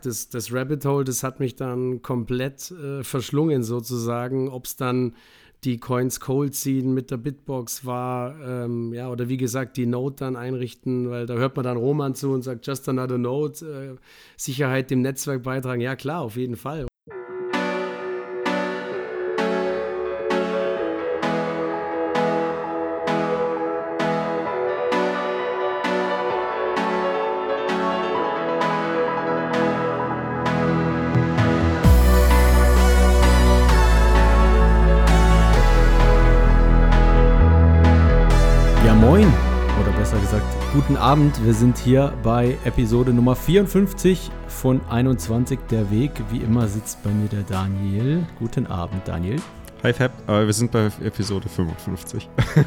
Das Rabbit Hole, das hat mich dann komplett verschlungen sozusagen, ob es dann die Coins Cold ziehen mit der Bitbox war, oder wie gesagt, die Note dann einrichten, weil da hört man dann Roman zu und sagt, just another note, Sicherheit dem Netzwerk beitragen. Ja klar, auf jeden Fall. Guten Abend, wir sind hier bei Episode Nummer 54 von 21 der Weg. Wie immer sitzt bei mir der Daniel. Guten Abend, Daniel. Hi Fab, aber wir sind bei Episode 55.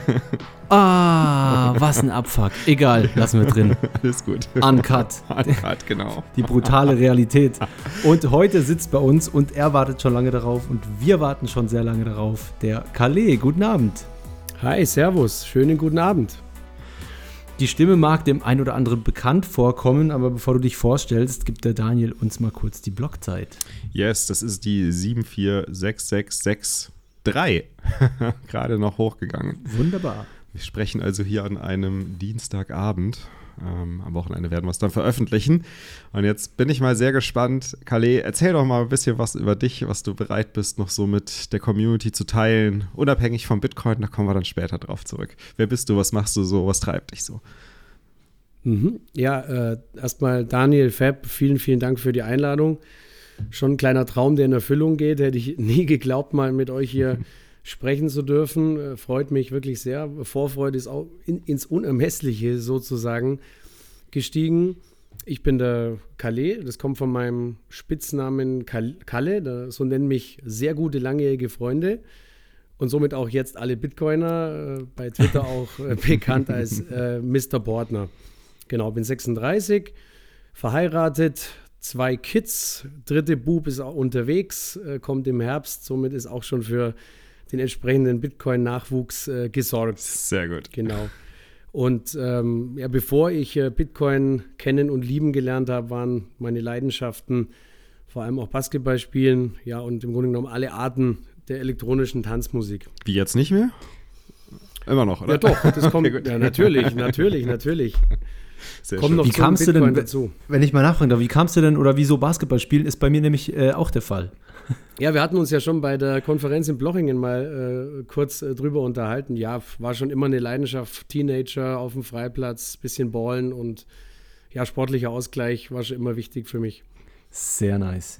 Was ein Abfuck. Egal, lassen wir drin. Alles gut. Uncut. Uncut, genau. Die brutale Realität. Und heute sitzt bei uns und er wartet schon lange darauf und wir warten schon sehr lange darauf, der Kalle. Guten Abend. Hi, servus. Schönen guten Abend. Die Stimme mag dem einen oder anderen bekannt vorkommen, aber bevor du dich vorstellst, gibt der Daniel uns mal kurz die Blockzeit. Yes, das ist die 746663. Gerade noch hochgegangen. Wunderbar. Wir sprechen also hier an einem Dienstagabend. Am Wochenende werden wir es dann veröffentlichen. Und jetzt bin ich mal sehr gespannt. Kalle, erzähl doch mal ein bisschen was über dich, was du bereit bist, noch so mit der Community zu teilen. Unabhängig vom Bitcoin, da kommen wir dann später drauf zurück. Wer bist du, was machst du so, was treibt dich so? Ja, erstmal Daniel, Fab, vielen, vielen Dank für die Einladung. Schon ein kleiner Traum, der in Erfüllung geht. Hätte ich nie geglaubt, mal mit euch hier sprechen zu dürfen. Freut mich wirklich sehr. Vorfreude ist auch ins Unermessliche sozusagen gestiegen. Ich bin der Kalle, das kommt von meinem Spitznamen Kalle. So nennen mich sehr gute, langjährige Freunde und somit auch jetzt alle Bitcoiner, bei Twitter auch bekannt als Mr. Bortner. Genau, bin 36, verheiratet, 2 Kids, 3. Bub ist auch unterwegs, kommt im Herbst, somit ist auch schon für den entsprechenden Bitcoin-Nachwuchs gesorgt. Sehr gut. Genau. Und bevor ich Bitcoin kennen und lieben gelernt habe, waren meine Leidenschaften vor allem auch Basketball spielen, ja, und im Grunde genommen alle Arten der elektronischen Tanzmusik. Wie jetzt nicht mehr? Immer noch, oder? Ja doch, das kommt, okay, ja natürlich. Sehr kommt schön. noch wie kamst du denn dazu. Wenn ich mal nachfragen darf, wie kamst du denn oder wieso Basketball spielen, ist bei mir nämlich auch der Fall. Ja, wir hatten uns ja schon bei der Konferenz in Blochingen mal kurz drüber unterhalten. Ja, war schon immer eine Leidenschaft, Teenager auf dem Freiplatz, bisschen ballen und ja, sportlicher Ausgleich war schon immer wichtig für mich. Sehr nice.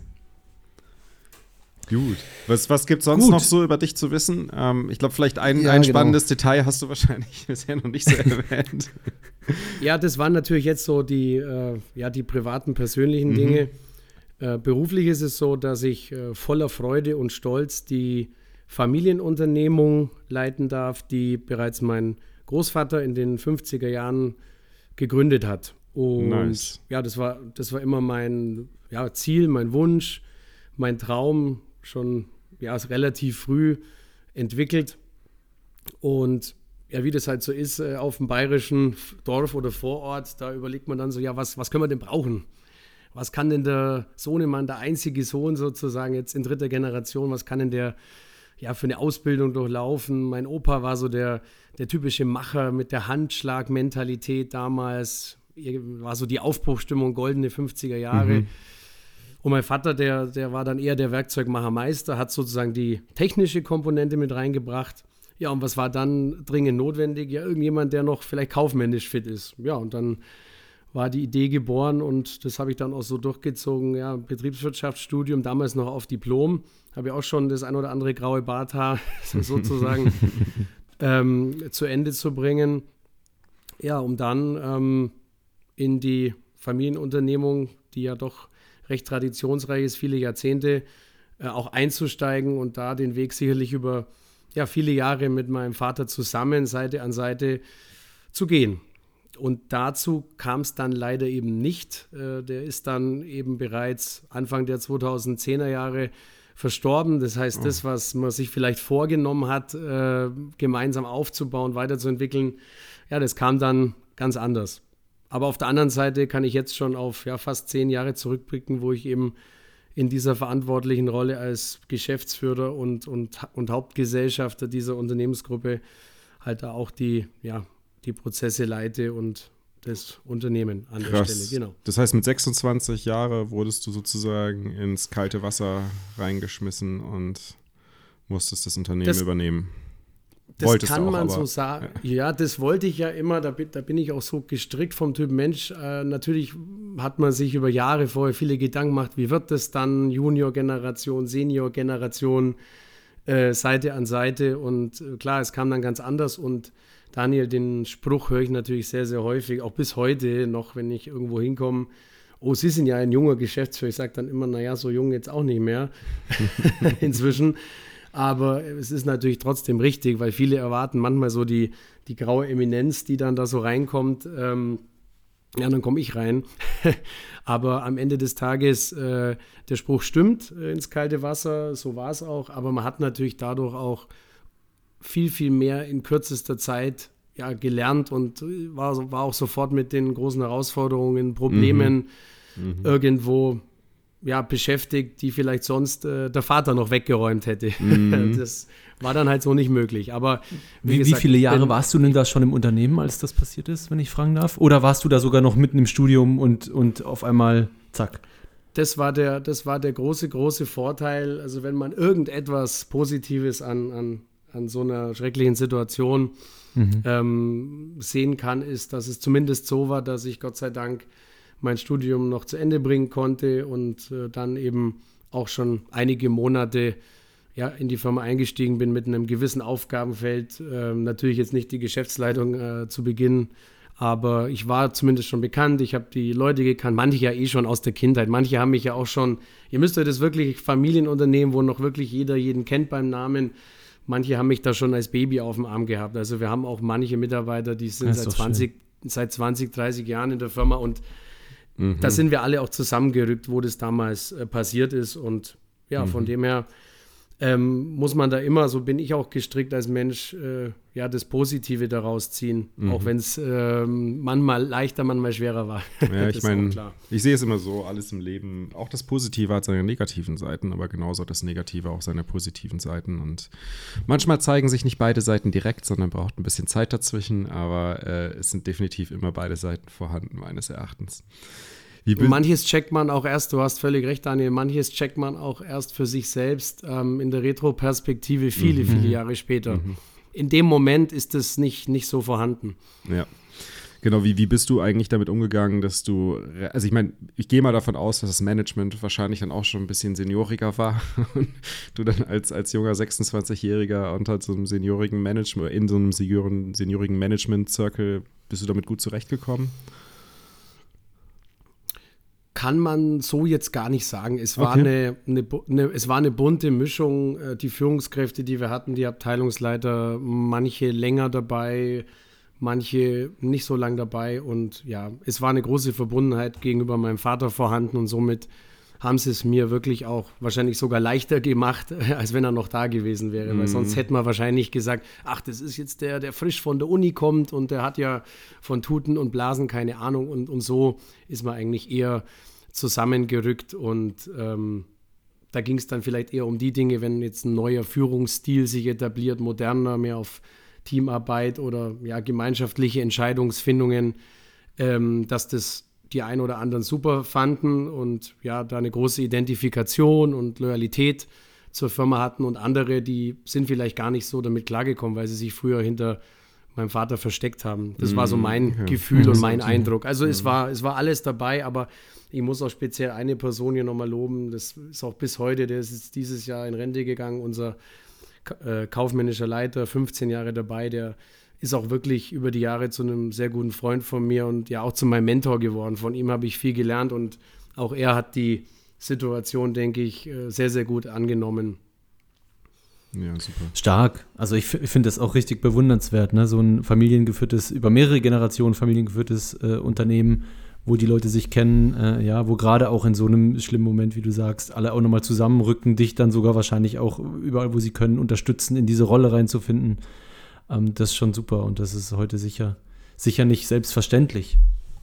Gut. Was gibt es sonst noch so über dich zu wissen? Ich glaube, vielleicht ein spannendes Detail hast du wahrscheinlich bisher noch nicht so erwähnt. Ja, das waren natürlich jetzt so die privaten, persönlichen Dinge. Beruflich ist es so, dass ich voller Freude und Stolz die Familienunternehmung leiten darf, die bereits mein Großvater in den 50er Jahren gegründet hat. Und nice. Ja, das war immer mein Ziel, mein Wunsch, mein Traum, schon relativ früh entwickelt. Und ja, wie das halt so ist, auf dem bayerischen Dorf oder Vorort, da überlegt man dann so, ja, was können wir denn brauchen? Was kann denn der Sohnemann, der einzige Sohn sozusagen jetzt in 3. Generation, was kann denn der für eine Ausbildung durchlaufen? Mein Opa war so der typische Macher mit der Handschlagmentalität damals, war so die Aufbruchstimmung, goldene 50er Jahre. Und mein Vater, der war dann eher der Werkzeugmachermeister, hat sozusagen die technische Komponente mit reingebracht. Ja, und was war dann dringend notwendig? Ja, irgendjemand, der noch vielleicht kaufmännisch fit ist. Ja, und dann war die Idee geboren und das habe ich dann auch so durchgezogen. Ja, Betriebswirtschaftsstudium, damals noch auf Diplom. Habe ich auch schon das ein oder andere graue Barthaar sozusagen zu Ende zu bringen. Ja, um dann in die Familienunternehmung, die ja doch recht traditionsreich ist, viele Jahrzehnte, auch einzusteigen und da den Weg sicherlich über viele Jahre mit meinem Vater zusammen, Seite an Seite zu gehen. Und dazu kam es dann leider eben nicht. Der ist dann eben bereits Anfang der 2010er Jahre verstorben. Das heißt, das, was man sich vielleicht vorgenommen hat, gemeinsam aufzubauen, weiterzuentwickeln, ja, das kam dann ganz anders. Aber auf der anderen Seite kann ich jetzt schon auf fast 10 Jahre zurückblicken, wo ich eben in dieser verantwortlichen Rolle als Geschäftsführer und Hauptgesellschafter dieser Unternehmensgruppe halt da auch die Prozesse leite und das Unternehmen an der Stelle. Genau. Das heißt, mit 26 Jahren wurdest du sozusagen ins kalte Wasser reingeschmissen und musstest das Unternehmen übernehmen. Das kann man so sagen. Ja, das wollte ich ja immer. Da bin ich auch so gestrickt vom Typ Mensch. Natürlich hat man sich über Jahre vorher viele Gedanken gemacht, wie wird das dann? Junior-Generation, Senior-Generation, Seite an Seite. Und klar, es kam dann ganz anders. Und Daniel, den Spruch höre ich natürlich sehr, sehr häufig, auch bis heute noch, wenn ich irgendwo hinkomme. Oh, Sie sind ja ein junger Geschäftsführer. Ich sage dann immer, naja, so jung jetzt auch nicht mehr inzwischen. Aber es ist natürlich trotzdem richtig, weil viele erwarten manchmal so die graue Eminenz, die dann da so reinkommt. Dann komme ich rein. Aber am Ende des Tages, der Spruch stimmt, ins kalte Wasser, so war es auch. Aber man hat natürlich dadurch auch viel, viel mehr in kürzester Zeit gelernt und war auch sofort mit den großen Herausforderungen, Problemen irgendwo beschäftigt, die vielleicht sonst der Vater noch weggeräumt hätte. Das war dann halt so nicht möglich. Aber wie viele Jahre warst du denn da schon im Unternehmen, als das passiert ist, wenn ich fragen darf? Oder warst du da sogar noch mitten im Studium und auf einmal zack? Das war der große, große Vorteil. Also wenn man irgendetwas Positives an so einer schrecklichen Situation sehen kann, ist, dass es zumindest so war, dass ich Gott sei Dank mein Studium noch zu Ende bringen konnte und dann eben auch schon einige Monate in die Firma eingestiegen bin mit einem gewissen Aufgabenfeld. Natürlich jetzt nicht die Geschäftsleitung zu Beginn, aber ich war zumindest schon bekannt. Ich habe die Leute gekannt, manche ja schon aus der Kindheit. Manche haben mich ja auch schon, ihr müsst euch das wirklich Familienunternehmen, wo noch wirklich jeder jeden kennt beim Namen. Manche haben mich da schon als Baby auf dem Arm gehabt. Also wir haben auch manche Mitarbeiter, die sind seit 20, 30 Jahren in der Firma und da sind wir alle auch zusammengerückt, wo das damals passiert ist. Und von dem her muss man da immer, so bin ich auch gestrickt als Mensch, das Positive daraus ziehen. Auch wenn es manchmal leichter, manchmal schwerer war. Ja, ich meine, ich sehe es immer so, alles im Leben, auch das Positive hat seine negativen Seiten, aber genauso hat das Negative auch seine positiven Seiten. Und manchmal zeigen sich nicht beide Seiten direkt, sondern braucht ein bisschen Zeit dazwischen, aber es sind definitiv immer beide Seiten vorhanden, meines Erachtens. Manches checkt man auch erst, du hast völlig recht, Daniel, manches checkt man auch erst für sich selbst in der Retroperspektive viele, viele Jahre später. In dem Moment ist es nicht so vorhanden. Ja, genau. Wie bist du eigentlich damit umgegangen, dass du, also ich meine, ich gehe mal davon aus, dass das Management wahrscheinlich dann auch schon ein bisschen senioriger war und du dann als junger 26-Jähriger unter so einem seniorigen Management, in so einem seniorigen Management-Circle, bist du damit gut zurechtgekommen? Kann man so jetzt gar nicht sagen. Es war es war eine bunte Mischung. Die Führungskräfte, die wir hatten, die Abteilungsleiter, manche länger dabei, manche nicht so lang dabei. Und es war eine große Verbundenheit gegenüber meinem Vater vorhanden und somit haben sie es mir wirklich auch wahrscheinlich sogar leichter gemacht, als wenn er noch da gewesen wäre. Weil sonst hätte man wahrscheinlich gesagt, ach, das ist jetzt der frisch von der Uni kommt und der hat ja von Tuten und Blasen keine Ahnung. Und so ist man eigentlich eher zusammengerückt und da ging es dann vielleicht eher um die Dinge, wenn jetzt ein neuer Führungsstil sich etabliert, moderner, mehr auf Teamarbeit oder gemeinschaftliche Entscheidungsfindungen, dass das die einen oder anderen super fanden und da eine große Identifikation und Loyalität zur Firma hatten und andere, die sind vielleicht gar nicht so damit klargekommen, weil sie sich früher hinter meinem Vater versteckt haben. Das war so mein Gefühl und mein Eindruck. Also es war alles dabei, aber ich muss auch speziell eine Person hier nochmal loben, das ist auch bis heute, der ist jetzt dieses Jahr in Rente gegangen, unser kaufmännischer Leiter, 15 Jahre dabei, der ist auch wirklich über die Jahre zu einem sehr guten Freund von mir und auch zu meinem Mentor geworden. Von ihm habe ich viel gelernt und auch er hat die Situation, denke ich, sehr, sehr gut angenommen. Ja, super. Stark. Also ich finde das auch richtig bewundernswert, ne? So ein familiengeführtes, über mehrere Generationen familiengeführtes Unternehmen, wo die Leute sich kennen, wo gerade auch in so einem schlimmen Moment, wie du sagst, alle auch nochmal zusammenrücken, dich dann sogar wahrscheinlich auch überall, wo sie können, unterstützen, in diese Rolle reinzufinden. Das ist schon super und das ist heute sicher nicht selbstverständlich.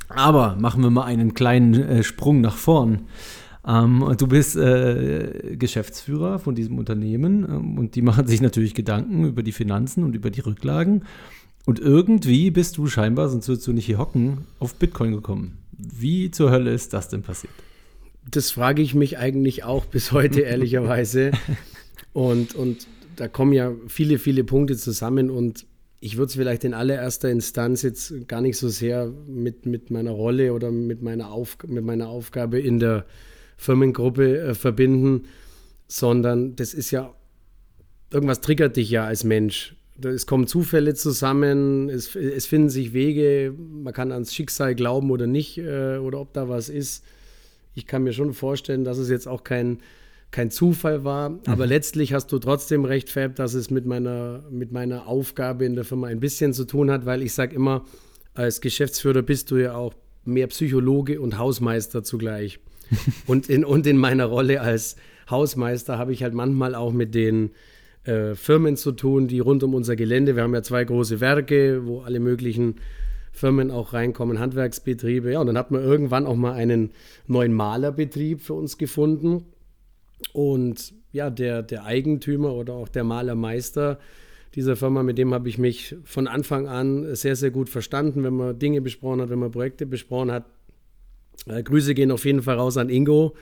Aber machen wir mal einen kleinen Sprung nach vorn. Du bist Geschäftsführer von diesem Unternehmen und die machen sich natürlich Gedanken über die Finanzen und über die Rücklagen. Und irgendwie bist du scheinbar, sonst würdest du nicht hier hocken, auf Bitcoin gekommen. Wie zur Hölle ist das denn passiert? Das frage ich mich eigentlich auch bis heute, ehrlicherweise. Und da kommen ja viele, viele Punkte zusammen und ich würde es vielleicht in allererster Instanz jetzt gar nicht so sehr mit meiner Rolle oder mit meiner Aufgabe in der Firmengruppe verbinden, sondern das ist ja, irgendwas triggert dich ja als Mensch. Es kommen Zufälle zusammen, es finden sich Wege, man kann ans Schicksal glauben oder nicht, oder ob da was ist. Ich kann mir schon vorstellen, dass es jetzt auch kein Zufall war, aber letztlich hast du trotzdem recht, Fab, dass es mit meiner Aufgabe in der Firma ein bisschen zu tun hat, weil ich sage immer, als Geschäftsführer bist du ja auch mehr Psychologe und Hausmeister zugleich. und in meiner Rolle als Hausmeister habe ich halt manchmal auch mit den Firmen zu tun, die rund um unser Gelände, wir haben ja 2 große Werke, wo alle möglichen Firmen auch reinkommen, Handwerksbetriebe. Ja, und dann hat man irgendwann auch mal einen neuen Malerbetrieb für uns gefunden. Und ja, der Eigentümer oder auch der Malermeister dieser Firma, mit dem habe ich mich von Anfang an sehr, sehr gut verstanden, wenn man Dinge besprochen hat, wenn man Projekte besprochen hat. Grüße gehen auf jeden Fall raus an Ingo.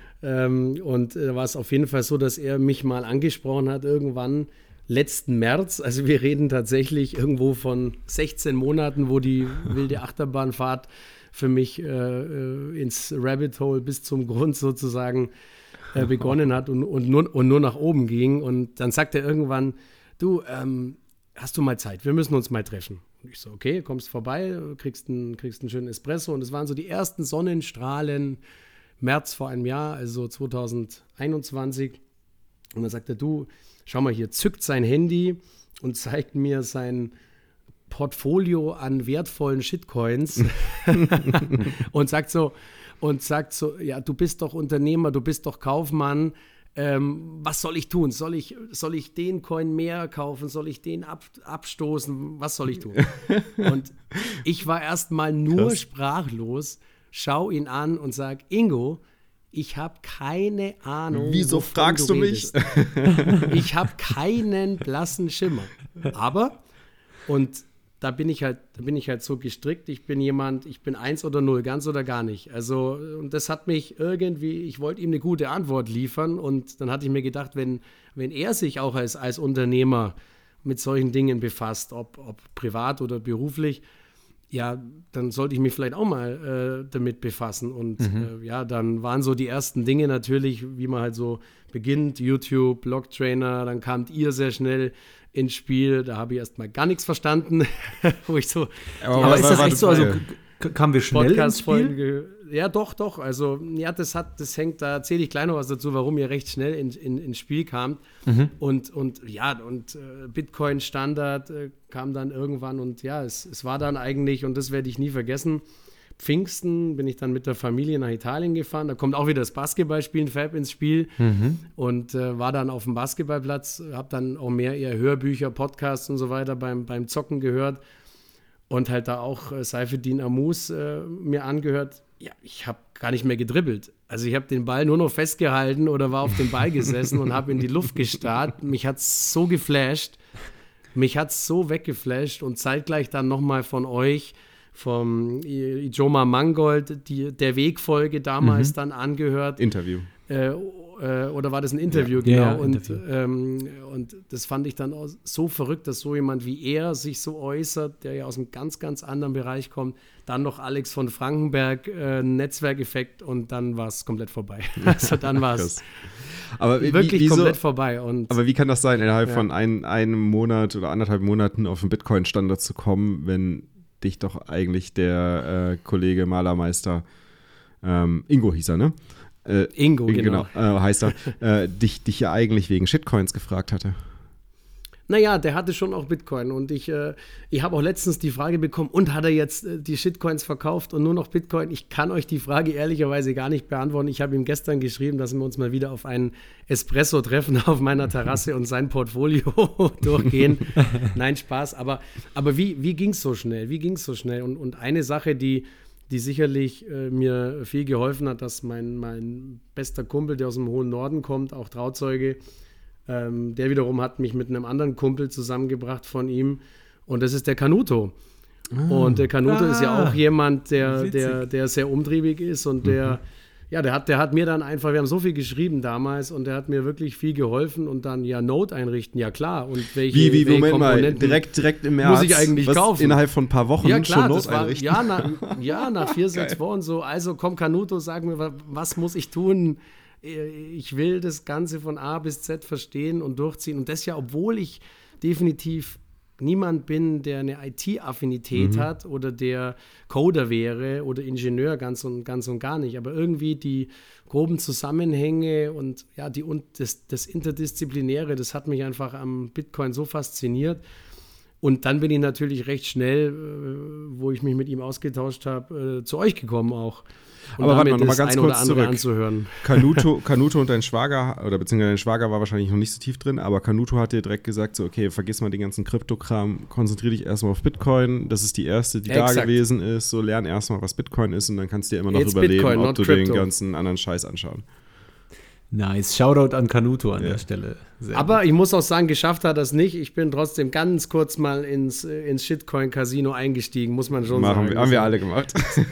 Und da war es auf jeden Fall so, dass er mich mal angesprochen hat, irgendwann letzten März. Also wir reden tatsächlich irgendwo von 16 Monaten, wo die wilde Achterbahnfahrt für mich ins Rabbit Hole bis zum Grund sozusagen begonnen hat und nur nach oben ging. Und dann sagt er irgendwann, du, hast du mal Zeit? Wir müssen uns mal treffen. Und ich so, okay, kommst vorbei, kriegst einen schönen Espresso. Und es waren so die ersten Sonnenstrahlen, März vor einem Jahr, also 2021. Und dann sagt er, du, schau mal hier, zückt sein Handy und zeigt mir sein Portfolio an wertvollen Shitcoins und sagt so, ja, du bist doch Unternehmer, du bist doch Kaufmann, was soll ich tun? Soll ich den Coin mehr kaufen? Soll ich den abstoßen? Was soll ich tun? Und ich war erstmal nur sprachlos, schau ihn an und sag, Ingo, ich habe keine Ahnung. Wieso fragst du mich? Ich habe keinen blassen Schimmer. Aber, und da bin ich halt so gestrickt, ich bin 1 oder 0, ganz oder gar nicht. Also, und das hat mich irgendwie, ich wollte ihm eine gute Antwort liefern und dann hatte ich mir gedacht, wenn er sich auch als Unternehmer mit solchen Dingen befasst, ob privat oder beruflich, ja, dann sollte ich mich vielleicht auch mal damit befassen. Und ja, dann waren so die ersten Dinge natürlich, wie man halt so beginnt, YouTube, Blocktrainer, dann kamt ihr sehr schnell ins Spiel. Da habe ich erst mal gar nichts verstanden, wo ich so. Aber ist das echt so? Also kamen wir schnell ins Spiel? Ja, doch. Also, ja, das hängt, da erzähle ich gleich noch was dazu, warum ihr recht schnell ins Spiel kamt. Und Bitcoin Standard kam dann irgendwann und ja, es war dann eigentlich, und das werde ich nie vergessen, Pfingsten bin ich dann mit der Familie nach Italien gefahren. Da kommt auch wieder das Basketballspielen, Fab, ins Spiel. Und war dann auf dem Basketballplatz, habe dann auch mehr eher Hörbücher, Podcasts und so weiter beim Zocken gehört. Und halt da auch Saifeddin Ammous mir angehört. Ja, ich habe gar nicht mehr gedribbelt. Also ich habe den Ball nur noch festgehalten oder war auf dem Ball gesessen und habe in die Luft gestarrt. Mich hat es so geflasht. Mich hat es so weggeflasht. Und zeitgleich dann nochmal von euch, vom Ijoma Mangold, der Wegfolge damals dann angehört. Interview. Oder war das ein Interview? Ja, genau. Interview. Und das fand ich dann auch so verrückt, dass so jemand wie er sich so äußert, der ja aus einem ganz, ganz anderen Bereich kommt. Dann noch Alex von Frankenberg, Netzwerkeffekt, und dann war es komplett vorbei. Also dann war es wirklich komplett vorbei. Aber wie kann das sein, innerhalb von einem Monat oder 1,5 Monaten auf den Bitcoin-Standard zu kommen, wenn dich doch eigentlich der Kollege Malermeister, Ingo hieß er, ne? Ingo, genau. Heißt er, dich ja eigentlich wegen Shitcoins gefragt hatte. Naja, der hatte schon auch Bitcoin und ich habe auch letztens die Frage bekommen, und hat er jetzt die Shitcoins verkauft und nur noch Bitcoin? Ich kann euch die Frage ehrlicherweise gar nicht beantworten. Ich habe ihm gestern geschrieben, dass wir uns mal wieder auf einen Espresso treffen auf meiner Terrasse und sein Portfolio durchgehen. Nein, Spaß, aber wie ging es so schnell? Und eine Sache, die die sicherlich mir viel geholfen hat, dass mein bester Kumpel, der aus dem hohen Norden kommt, auch Trauzeuge, der wiederum hat mich mit einem anderen Kumpel zusammengebracht von ihm und das ist der Canuto. Und der Canuto ist ja auch jemand, der sehr umtriebig ist und der hat mir dann einfach, wir haben so viel geschrieben damals und der hat mir wirklich viel geholfen und dann Node einrichten, ja klar. Und welche Moment Komponenten mal, direkt im März, muss ich eigentlich kaufen? Innerhalb von ein paar Wochen ja, klar, schon Node das war, einrichten? nach 4-6 Wochen so, also komm Canuto, sag mir, was muss ich tun? Ich will das Ganze von A bis Z verstehen und durchziehen und das ja, obwohl ich definitiv niemand bin, der eine IT-Affinität hat oder der Coder wäre oder Ingenieur ganz und gar nicht. Aber irgendwie die groben Zusammenhänge und das Interdisziplinäre, das hat mich einfach am Bitcoin so fasziniert. Und dann bin ich natürlich recht schnell, wo ich mich mit ihm ausgetauscht habe, zu euch gekommen auch. Und aber warte mal, nochmal ganz ein kurz zurück. Anzuhören. Canuto und dein Schwager, oder beziehungsweise dein Schwager war wahrscheinlich noch nicht so tief drin, aber Canuto hat dir direkt gesagt, so okay, vergiss mal den ganzen Kryptokram, konzentriere dich erstmal auf Bitcoin, das ist die erste, die da gewesen ist, so lern erstmal, was Bitcoin ist und dann kannst du dir immer noch überlegen, Bitcoin, ob du den ganzen anderen Scheiß anschauen. Nice, Shoutout an Canuto an der Stelle. Aber ich muss auch sagen, geschafft hat das nicht. Ich bin trotzdem ganz kurz mal ins Shitcoin-Casino eingestiegen, muss man schon sagen. Haben wir alle gemacht.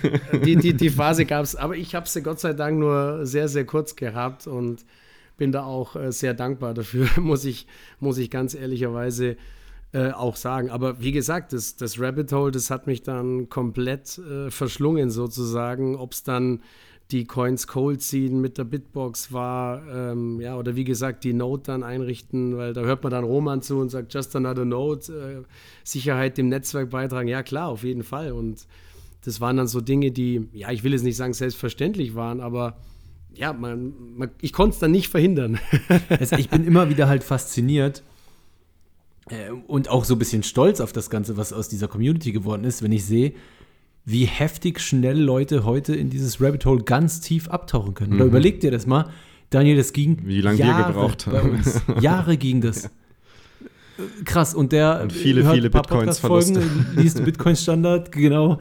Die Phase gab es, aber ich habe sie Gott sei Dank nur sehr, sehr kurz gehabt und bin da auch sehr dankbar dafür, muss ich ganz ehrlicherweise auch sagen. Aber wie gesagt, das Rabbit Hole, das hat mich dann komplett verschlungen sozusagen, ob es dann die Coins cold ziehen mit der Bitbox war, oder wie gesagt, die Node dann einrichten, weil da hört man dann Roman zu und sagt, just another Node, Sicherheit dem Netzwerk beitragen, ja klar, auf jeden Fall. Und das waren dann so Dinge, die, ja, ich will jetzt nicht sagen, selbstverständlich waren, aber ja, ich konnte es dann nicht verhindern. Also ich bin immer wieder halt fasziniert und auch so ein bisschen stolz auf das Ganze, was aus dieser Community geworden ist, wenn ich sehe, wie heftig schnell Leute heute in dieses Rabbit Hole ganz tief abtauchen können. Oder überleg dir das mal, Daniel, das ging wie lange wir gebraucht haben. Jahre ging das. Krass, und der und viele Bitcoins-Verluste. Liest Bitcoin-Standard, genau.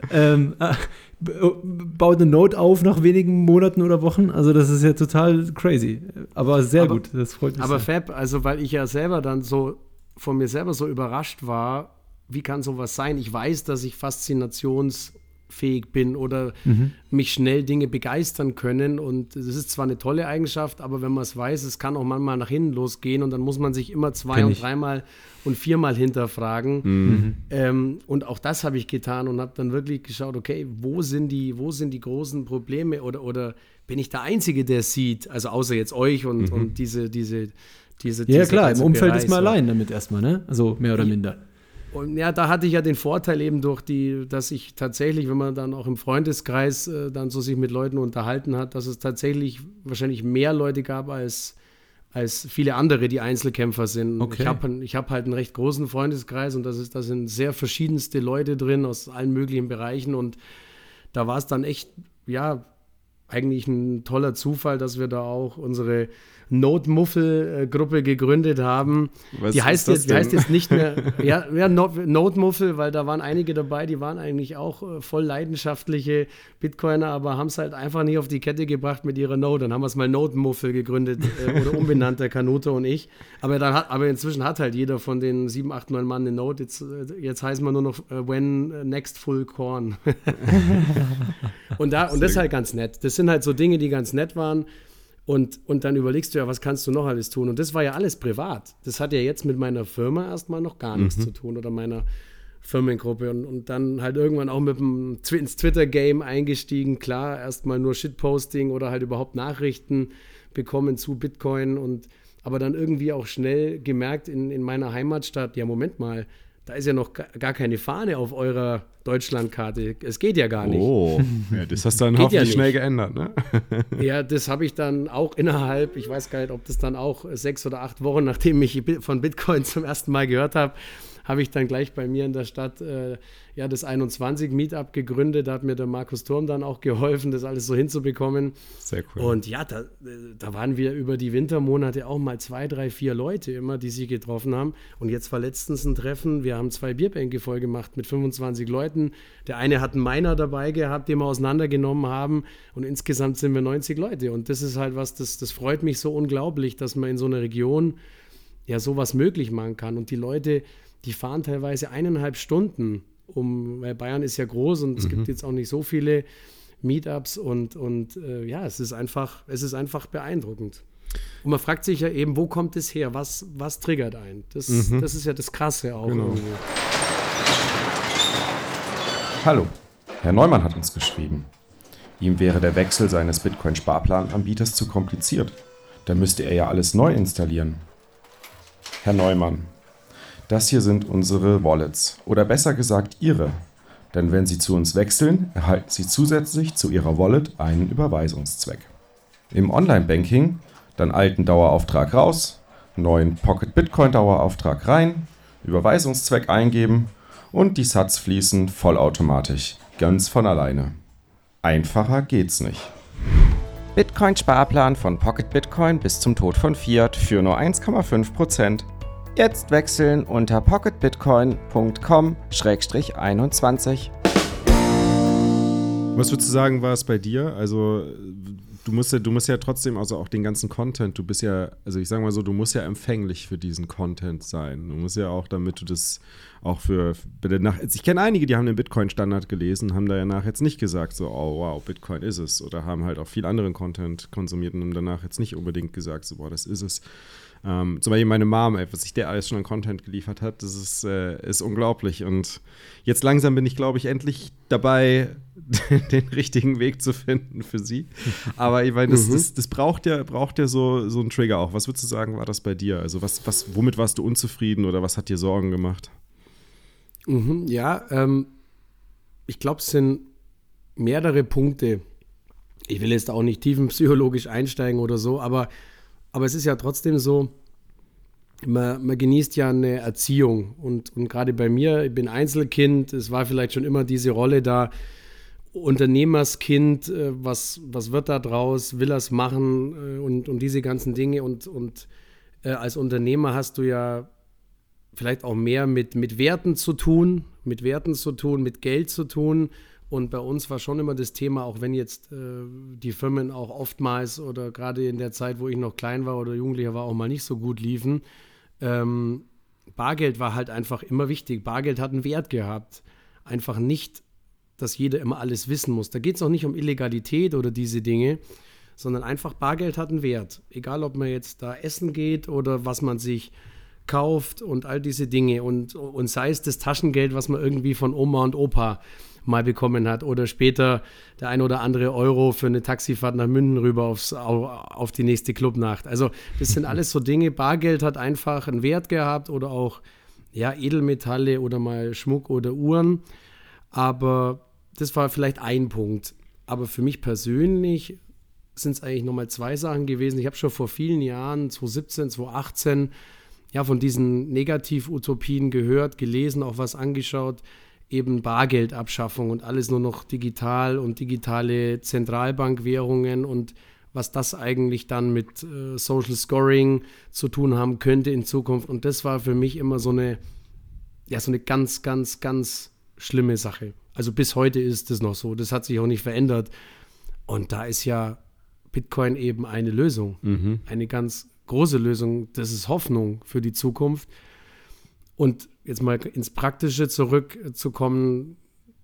Baut eine Node auf nach wenigen Monaten oder Wochen. Also das ist ja total crazy. Aber sehr gut, das freut mich aber sehr. Fab, also weil ich ja selber dann so von mir selber so überrascht war, wie kann sowas sein? Ich weiß, dass ich faszinationsfähig bin oder mich schnell Dinge begeistern können und das ist zwar eine tolle Eigenschaft, aber wenn man es weiß, es kann auch manchmal nach hinten losgehen und dann muss man sich immer 2- und 3-mal und 4-mal hinterfragen. Und auch das habe ich getan und habe dann wirklich geschaut, okay, wo sind die großen Probleme oder bin ich der Einzige, der es sieht? Also außer jetzt euch und diese ja klar, im Umfeld Bereich, ist man allein damit erstmal, ne? Also mehr oder minder. Und ja, da hatte ich ja den Vorteil eben dass ich tatsächlich, wenn man dann auch im Freundeskreis dann so sich mit Leuten unterhalten hat, dass es tatsächlich wahrscheinlich mehr Leute gab als viele andere, die Einzelkämpfer sind. Okay. Ich hab halt einen recht großen Freundeskreis und da sind sehr verschiedenste Leute drin aus allen möglichen Bereichen und da war es dann echt, ja, eigentlich ein toller Zufall, dass wir da auch unsere Node-Muffel-Gruppe gegründet haben. Die heißt jetzt nicht mehr Node-Muffel, weil da waren einige dabei, die waren eigentlich auch voll leidenschaftliche Bitcoiner, aber haben es halt einfach nicht auf die Kette gebracht mit ihrer Node. Dann haben wir es mal Node-Muffel gegründet oder umbenannt, der Canuto und ich. Aber inzwischen hat halt jeder von den 7, 8, 9 Mann eine Node. Jetzt heißt man nur noch When Next Full Corn. und das ist halt ganz nett. Das sind halt so Dinge, die ganz nett waren. Und dann überlegst du ja, was kannst du noch alles tun? Und das war ja alles privat. Das hat ja jetzt mit meiner Firma erstmal noch gar nichts zu tun oder meiner Firmengruppe. Und dann halt irgendwann auch ins Twitter-Game eingestiegen. Klar, erstmal nur Shitposting oder halt überhaupt Nachrichten bekommen zu Bitcoin. Aber dann irgendwie auch schnell gemerkt in meiner Heimatstadt, ja, Moment mal, da ist ja noch gar keine Fahne auf eurer Deutschlandkarte. Es geht ja gar nicht. Oh, ja, das hast du dann hoffentlich schnell geändert, ne? Ja, das habe ich dann auch innerhalb, ich weiß gar nicht, ob das dann auch 6 oder 8 Wochen, nachdem ich von Bitcoin zum ersten Mal gehört habe, habe ich dann gleich bei mir in der Stadt das 21 Meetup gegründet. Da hat mir der Markus Thurm dann auch geholfen, das alles so hinzubekommen. Sehr cool. Und ja, da waren wir über die Wintermonate auch mal 2, 3, 4 Leute immer, die sich getroffen haben. Und jetzt war letztens ein Treffen, wir haben 2 Bierbänke voll gemacht mit 25 Leuten. Der eine hat einen Miner dabei gehabt, den wir auseinandergenommen haben. Und insgesamt sind wir 90 Leute. Und das ist halt was, das freut mich so unglaublich, dass man in so einer Region ja sowas möglich machen kann. Und die Leute, die fahren teilweise 1,5 Stunden, weil Bayern ist ja groß und es gibt jetzt auch nicht so viele Meetups und es ist einfach beeindruckend. Und man fragt sich ja eben, wo kommt es her? Was triggert einen? Das ist ja das Krasse auch. Genau. Irgendwie. Hallo, Herr Neumann hat uns geschrieben. Ihm wäre der Wechsel seines Bitcoin-Sparplananbieters zu kompliziert. Da müsste er ja alles neu installieren. Herr Neumann, das hier sind unsere Wallets, oder besser gesagt Ihre. Denn wenn Sie zu uns wechseln, erhalten Sie zusätzlich zu Ihrer Wallet einen Überweisungszweck. Im Online-Banking dann alten Dauerauftrag raus, neuen Pocket Bitcoin Dauerauftrag rein, Überweisungszweck eingeben und die Sats fließen vollautomatisch, ganz von alleine. Einfacher geht's nicht. Bitcoin-Sparplan von Pocket Bitcoin bis zum Tod von Fiat für nur 1,5%. Jetzt wechseln unter pocketbitcoin.com/21. Was würdest du sagen, war es bei dir? Also du musst ja trotzdem, also auch den ganzen Content, du bist ja, also ich sage mal so, du musst ja empfänglich für diesen Content sein. Du musst ja auch, damit du das auch ich kenne einige, die haben den Bitcoin-Standard gelesen, haben da danach jetzt nicht gesagt, so, oh wow, Bitcoin ist es. Oder haben halt auch viel anderen Content konsumiert und haben danach jetzt nicht unbedingt gesagt, so, boah, das ist es. Zum Beispiel meine Mom, was sich der alles schon an Content geliefert hat, das ist unglaublich. Und jetzt langsam bin ich, glaube ich, endlich dabei, den richtigen Weg zu finden für sie. Aber ich meine, das braucht ja so einen Trigger auch. Was würdest du sagen, war das bei dir? Also womit warst du unzufrieden oder was hat dir Sorgen gemacht? Ich glaube, es sind mehrere Punkte. Ich will jetzt auch nicht tiefenpsychologisch einsteigen oder so, aber es ist ja trotzdem so, man genießt ja eine Erziehung und gerade bei mir, ich bin Einzelkind, es war vielleicht schon immer diese Rolle da, Unternehmerskind, was wird da draus, will er es machen und diese ganzen Dinge und als Unternehmer hast du ja vielleicht auch mehr mit Werten zu tun, mit Geld zu tun. Und bei uns war schon immer das Thema, auch wenn jetzt die Firmen auch oftmals oder gerade in der Zeit, wo ich noch klein war oder Jugendlicher war, auch mal nicht so gut liefen. Bargeld war halt einfach immer wichtig. Bargeld hat einen Wert gehabt. Einfach nicht, dass jeder immer alles wissen muss. Da geht es auch nicht um Illegalität oder diese Dinge, sondern einfach Bargeld hat einen Wert. Egal, ob man jetzt da essen geht oder was man sich kauft und all diese Dinge. Und sei es das Taschengeld, was man irgendwie von Oma und Opa mal bekommen hat oder später der ein oder andere Euro für eine Taxifahrt nach München rüber auf die nächste Clubnacht. Also das sind alles so Dinge. Bargeld hat einfach einen Wert gehabt oder auch Edelmetalle oder mal Schmuck oder Uhren. Aber das war vielleicht ein Punkt. Aber für mich persönlich sind es eigentlich nochmal 2 Sachen gewesen. Ich habe schon vor vielen Jahren, 2017, 2018, von diesen Negativ-Utopien gehört, gelesen, auch was angeschaut, eben Bargeldabschaffung und alles nur noch digital und digitale Zentralbankwährungen und was das eigentlich dann mit Social Scoring zu tun haben könnte in Zukunft. Und das war für mich immer so eine ganz, ganz, ganz schlimme Sache. Also bis heute ist das noch so. Das hat sich auch nicht verändert. Und da ist ja Bitcoin eben eine Lösung. Eine ganz große Lösung. Das ist Hoffnung für die Zukunft. Und jetzt mal ins Praktische zurückzukommen,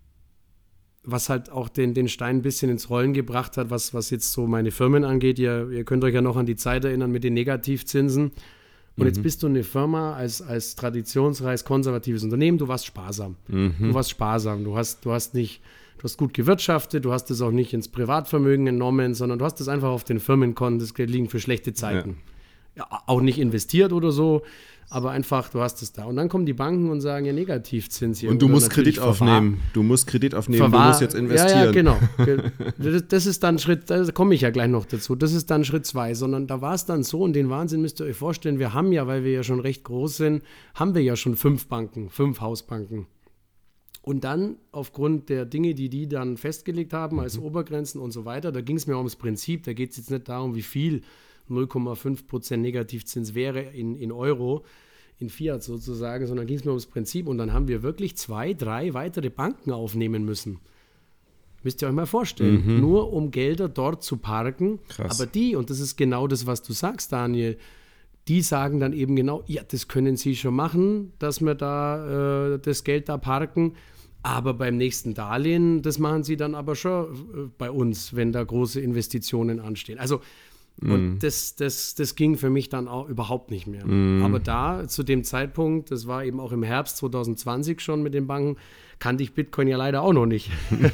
was halt auch den Stein ein bisschen ins Rollen gebracht hat, was jetzt so meine Firmen angeht. Ihr könnt euch ja noch an die Zeit erinnern mit den Negativzinsen. Und jetzt bist du eine Firma als traditionsreiches, konservatives Unternehmen, du warst sparsam. Du hast gut gewirtschaftet, du hast es auch nicht ins Privatvermögen genommen, sondern du hast es einfach auf den Firmenkonten, das Geld liegen für schlechte Zeiten. Ja, auch nicht investiert oder so, aber einfach, du hast es da. Und dann kommen die Banken und sagen, ja, Negativzins hier. Und du musst Kredit aufnehmen. Du musst jetzt investieren. Ja, genau. Das ist dann Schritt, da komme ich ja gleich noch dazu, das ist dann Schritt 2, sondern da war es dann so, und den Wahnsinn müsst ihr euch vorstellen, wir haben ja, weil wir ja schon recht groß sind, haben wir ja schon 5 Hausbanken. Und dann aufgrund der Dinge, die dann festgelegt haben als Obergrenzen und so weiter, da ging es mir ums Prinzip, da geht es jetzt nicht darum, wie viel 0,5% Negativzins wäre in Euro, in Fiat sozusagen, sondern ging es mir ums Prinzip, und dann haben wir wirklich 2, 3 weitere Banken aufnehmen müssen. Müsst ihr euch mal vorstellen, nur um Gelder dort zu parken. Krass. Aber und das ist genau das, was du sagst, Daniel, die sagen dann eben genau, ja, das können sie schon machen, dass wir da das Geld da parken, aber beim nächsten Darlehen, das machen sie dann aber schon bei uns, wenn da große Investitionen anstehen. Also, und das ging für mich dann auch überhaupt nicht mehr. Aber da, zu dem Zeitpunkt, das war eben auch im Herbst 2020 schon mit den Banken, kannte ich Bitcoin ja leider auch noch nicht.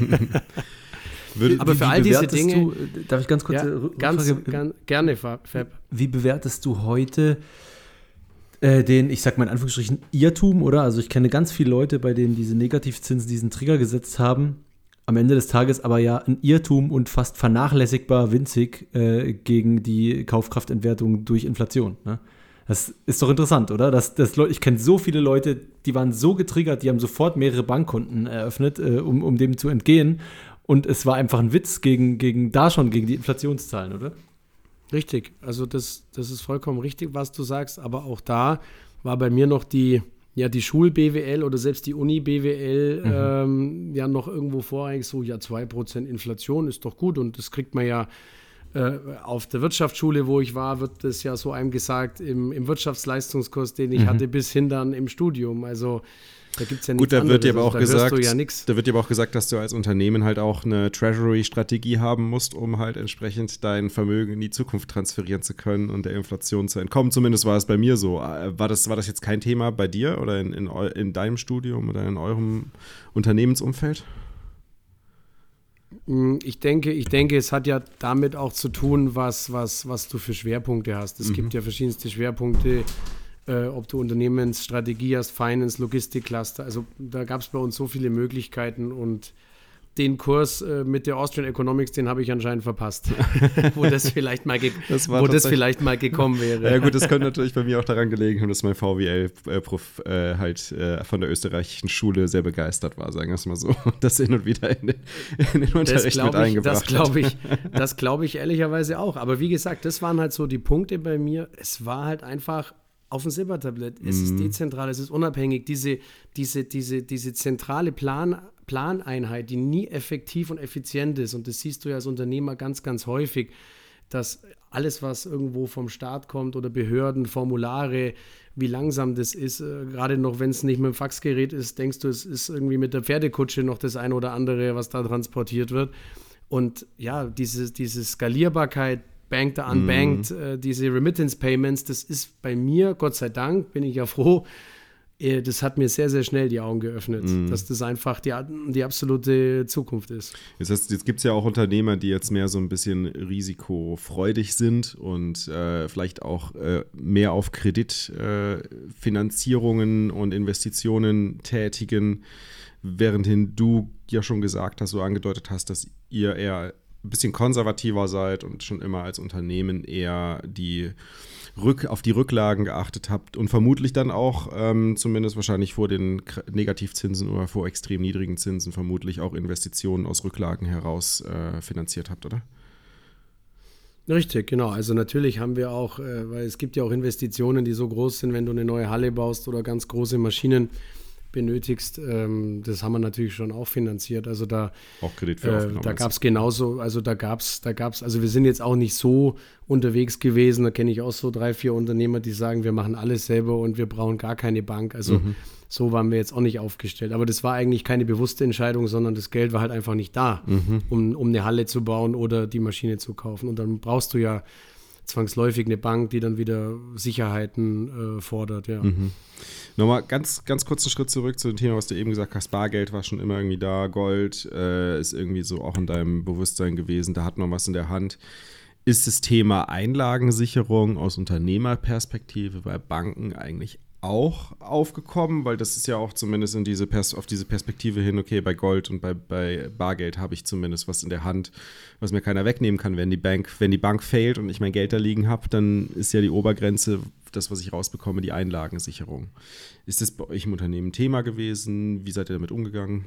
Aber für all diese Dinge. Darf ich ganz kurz gerne, Fab. Wie bewertest du heute den, ich sag mal in Anführungsstrichen, Irrtum, oder? Also ich kenne ganz viele Leute, bei denen diese Negativzinsen diesen Trigger gesetzt haben. Am Ende des Tages aber ja ein Irrtum und fast vernachlässigbar winzig gegen die Kaufkraftentwertung durch Inflation. Ne? Das ist doch interessant, oder? Ich kenne so viele Leute, die waren so getriggert, die haben sofort mehrere Bankkonten eröffnet, um dem zu entgehen. Und es war einfach ein Witz gegen die Inflationszahlen, oder? Richtig, also das ist vollkommen richtig, was du sagst, aber auch da war bei mir noch die Schul-BWL oder selbst die Uni-BWL ja noch irgendwo vorrangig so, ja, 2% Inflation ist doch gut, und das kriegt man ja auf der Wirtschaftsschule, wo ich war, wird das ja so einem gesagt im Wirtschaftsleistungskurs, den ich hatte, bis hin dann im Studium, also da gibt es ja nichts anderes. Gut, da wird dir aber auch ja gesagt, dass du als Unternehmen halt auch eine Treasury-Strategie haben musst, um halt entsprechend dein Vermögen in die Zukunft transferieren zu können und der Inflation zu entkommen. Zumindest war es bei mir so. War das jetzt kein Thema bei dir oder in deinem Studium oder in eurem Unternehmensumfeld? Ich denke, es hat ja damit auch zu tun, was du für Schwerpunkte hast. Es gibt ja verschiedenste Schwerpunkte, ob du Unternehmensstrategie hast, Finance, Logistikcluster. Also da gab es bei uns so viele Möglichkeiten, und den Kurs mit der Austrian Economics, den habe ich anscheinend verpasst, wo das vielleicht mal gekommen wäre. Ja gut, das könnte natürlich bei mir auch daran gelegen haben, dass mein VWL-Prof von der österreichischen Schule sehr begeistert war, sagen wir es mal so. Das hin und wieder in den Unterricht mit eingebracht hat. Das glaube ich ehrlicherweise auch. Aber wie gesagt, das waren halt so die Punkte bei mir. Es war halt einfach auf dem Silbertablett. Es ist dezentral, es ist unabhängig. Diese zentrale Planeinheit, die nie effektiv und effizient ist. Und das siehst du ja als Unternehmer ganz, ganz häufig, dass alles, was irgendwo vom Staat kommt oder Behörden, Formulare, wie langsam das ist, gerade noch, wenn es nicht mit dem Faxgerät ist, denkst du, es ist irgendwie mit der Pferdekutsche noch das eine oder andere, was da transportiert wird. Und ja, diese Skalierbarkeit, banked, unbanked, diese Remittance-Payments, das ist bei mir, Gott sei Dank, bin ich ja froh, das hat mir sehr, sehr schnell die Augen geöffnet, dass das einfach die absolute Zukunft ist. Jetzt gibt es ja auch Unternehmer, die jetzt mehr so ein bisschen risikofreudig sind und vielleicht auch mehr auf Kreditfinanzierungen und Investitionen tätigen, währendhin du ja schon gesagt hast, so angedeutet hast, dass ihr eher ein bisschen konservativer seid und schon immer als Unternehmen eher auf die Rücklagen geachtet habt und vermutlich dann auch, zumindest wahrscheinlich vor den Negativzinsen oder vor extrem niedrigen Zinsen, vermutlich auch Investitionen aus Rücklagen heraus finanziert habt, oder? Richtig, genau. Also natürlich haben wir auch, weil es gibt ja auch Investitionen, die so groß sind, wenn du eine neue Halle baust oder ganz große Maschinen benötigst, das haben wir natürlich schon auch finanziert. Also da auch Kredit für aufgenommen. Da gab es genauso, also also wir sind jetzt auch nicht so unterwegs gewesen, da kenne ich auch so 3, 4 Unternehmer, die sagen, wir machen alles selber und wir brauchen gar keine Bank. Also so waren wir jetzt auch nicht aufgestellt. Aber das war eigentlich keine bewusste Entscheidung, sondern das Geld war halt einfach nicht da, um eine Halle zu bauen oder die Maschine zu kaufen. Und dann brauchst du ja zwangsläufig eine Bank, die dann wieder Sicherheiten fordert, ja. Nochmal ganz kurzen Schritt zurück zu dem Thema, was du eben gesagt hast. Bargeld war schon immer irgendwie da, Gold ist irgendwie so auch in deinem Bewusstsein gewesen, da hat man was in der Hand. Ist das Thema Einlagensicherung aus Unternehmerperspektive bei Banken eigentlich auch aufgekommen? Weil das ist ja auch zumindest auf diese Perspektive hin, okay, bei Gold und bei Bargeld habe ich zumindest was in der Hand, was mir keiner wegnehmen kann. Wenn die Bank failt und ich mein Geld da liegen habe, dann ist ja die Obergrenze, das, was ich rausbekomme, die Einlagensicherung. Ist das bei euch im Unternehmen ein Thema gewesen? Wie seid ihr damit umgegangen?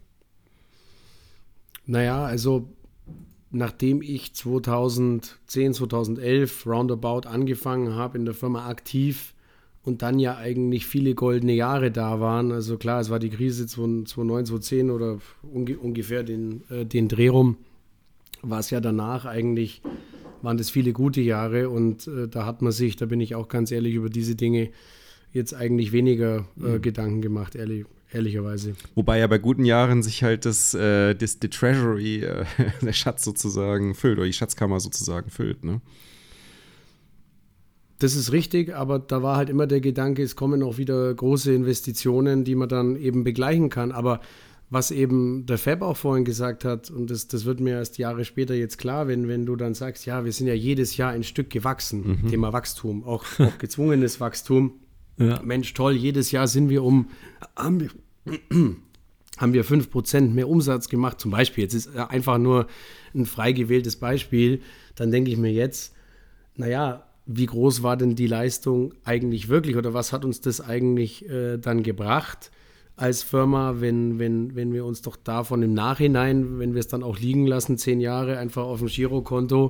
Naja, also nachdem ich 2010, 2011 roundabout angefangen habe in der Firma aktiv und dann ja eigentlich viele goldene Jahre da waren, also klar, es war die Krise 2009, 2010 oder ungefähr den Dreh rum, war es ja danach eigentlich, waren das viele gute Jahre und da hat man sich, da bin ich auch ganz ehrlich, über diese Dinge jetzt eigentlich weniger Gedanken gemacht, ehrlicherweise. Wobei ja bei guten Jahren sich halt die Treasury, der Schatz sozusagen füllt, oder die Schatzkammer sozusagen füllt, ne? Das ist richtig, aber da war halt immer der Gedanke, es kommen auch wieder große Investitionen, die man dann eben begleichen kann. Aber was eben der Fab auch vorhin gesagt hat, und das wird mir erst Jahre später jetzt klar, wenn du dann sagst, ja, wir sind ja jedes Jahr ein Stück gewachsen, Thema Wachstum, auch gezwungenes Wachstum. Ja. Mensch, toll, jedes Jahr haben wir 5% mehr Umsatz gemacht, zum Beispiel. Jetzt ist einfach nur ein frei gewähltes Beispiel. Dann denke ich mir jetzt, naja, wie groß war denn die Leistung eigentlich wirklich oder was hat uns das eigentlich dann gebracht als Firma, wenn wir uns doch davon im Nachhinein, wenn wir es dann auch liegen lassen, 10 Jahre einfach auf dem Girokonto,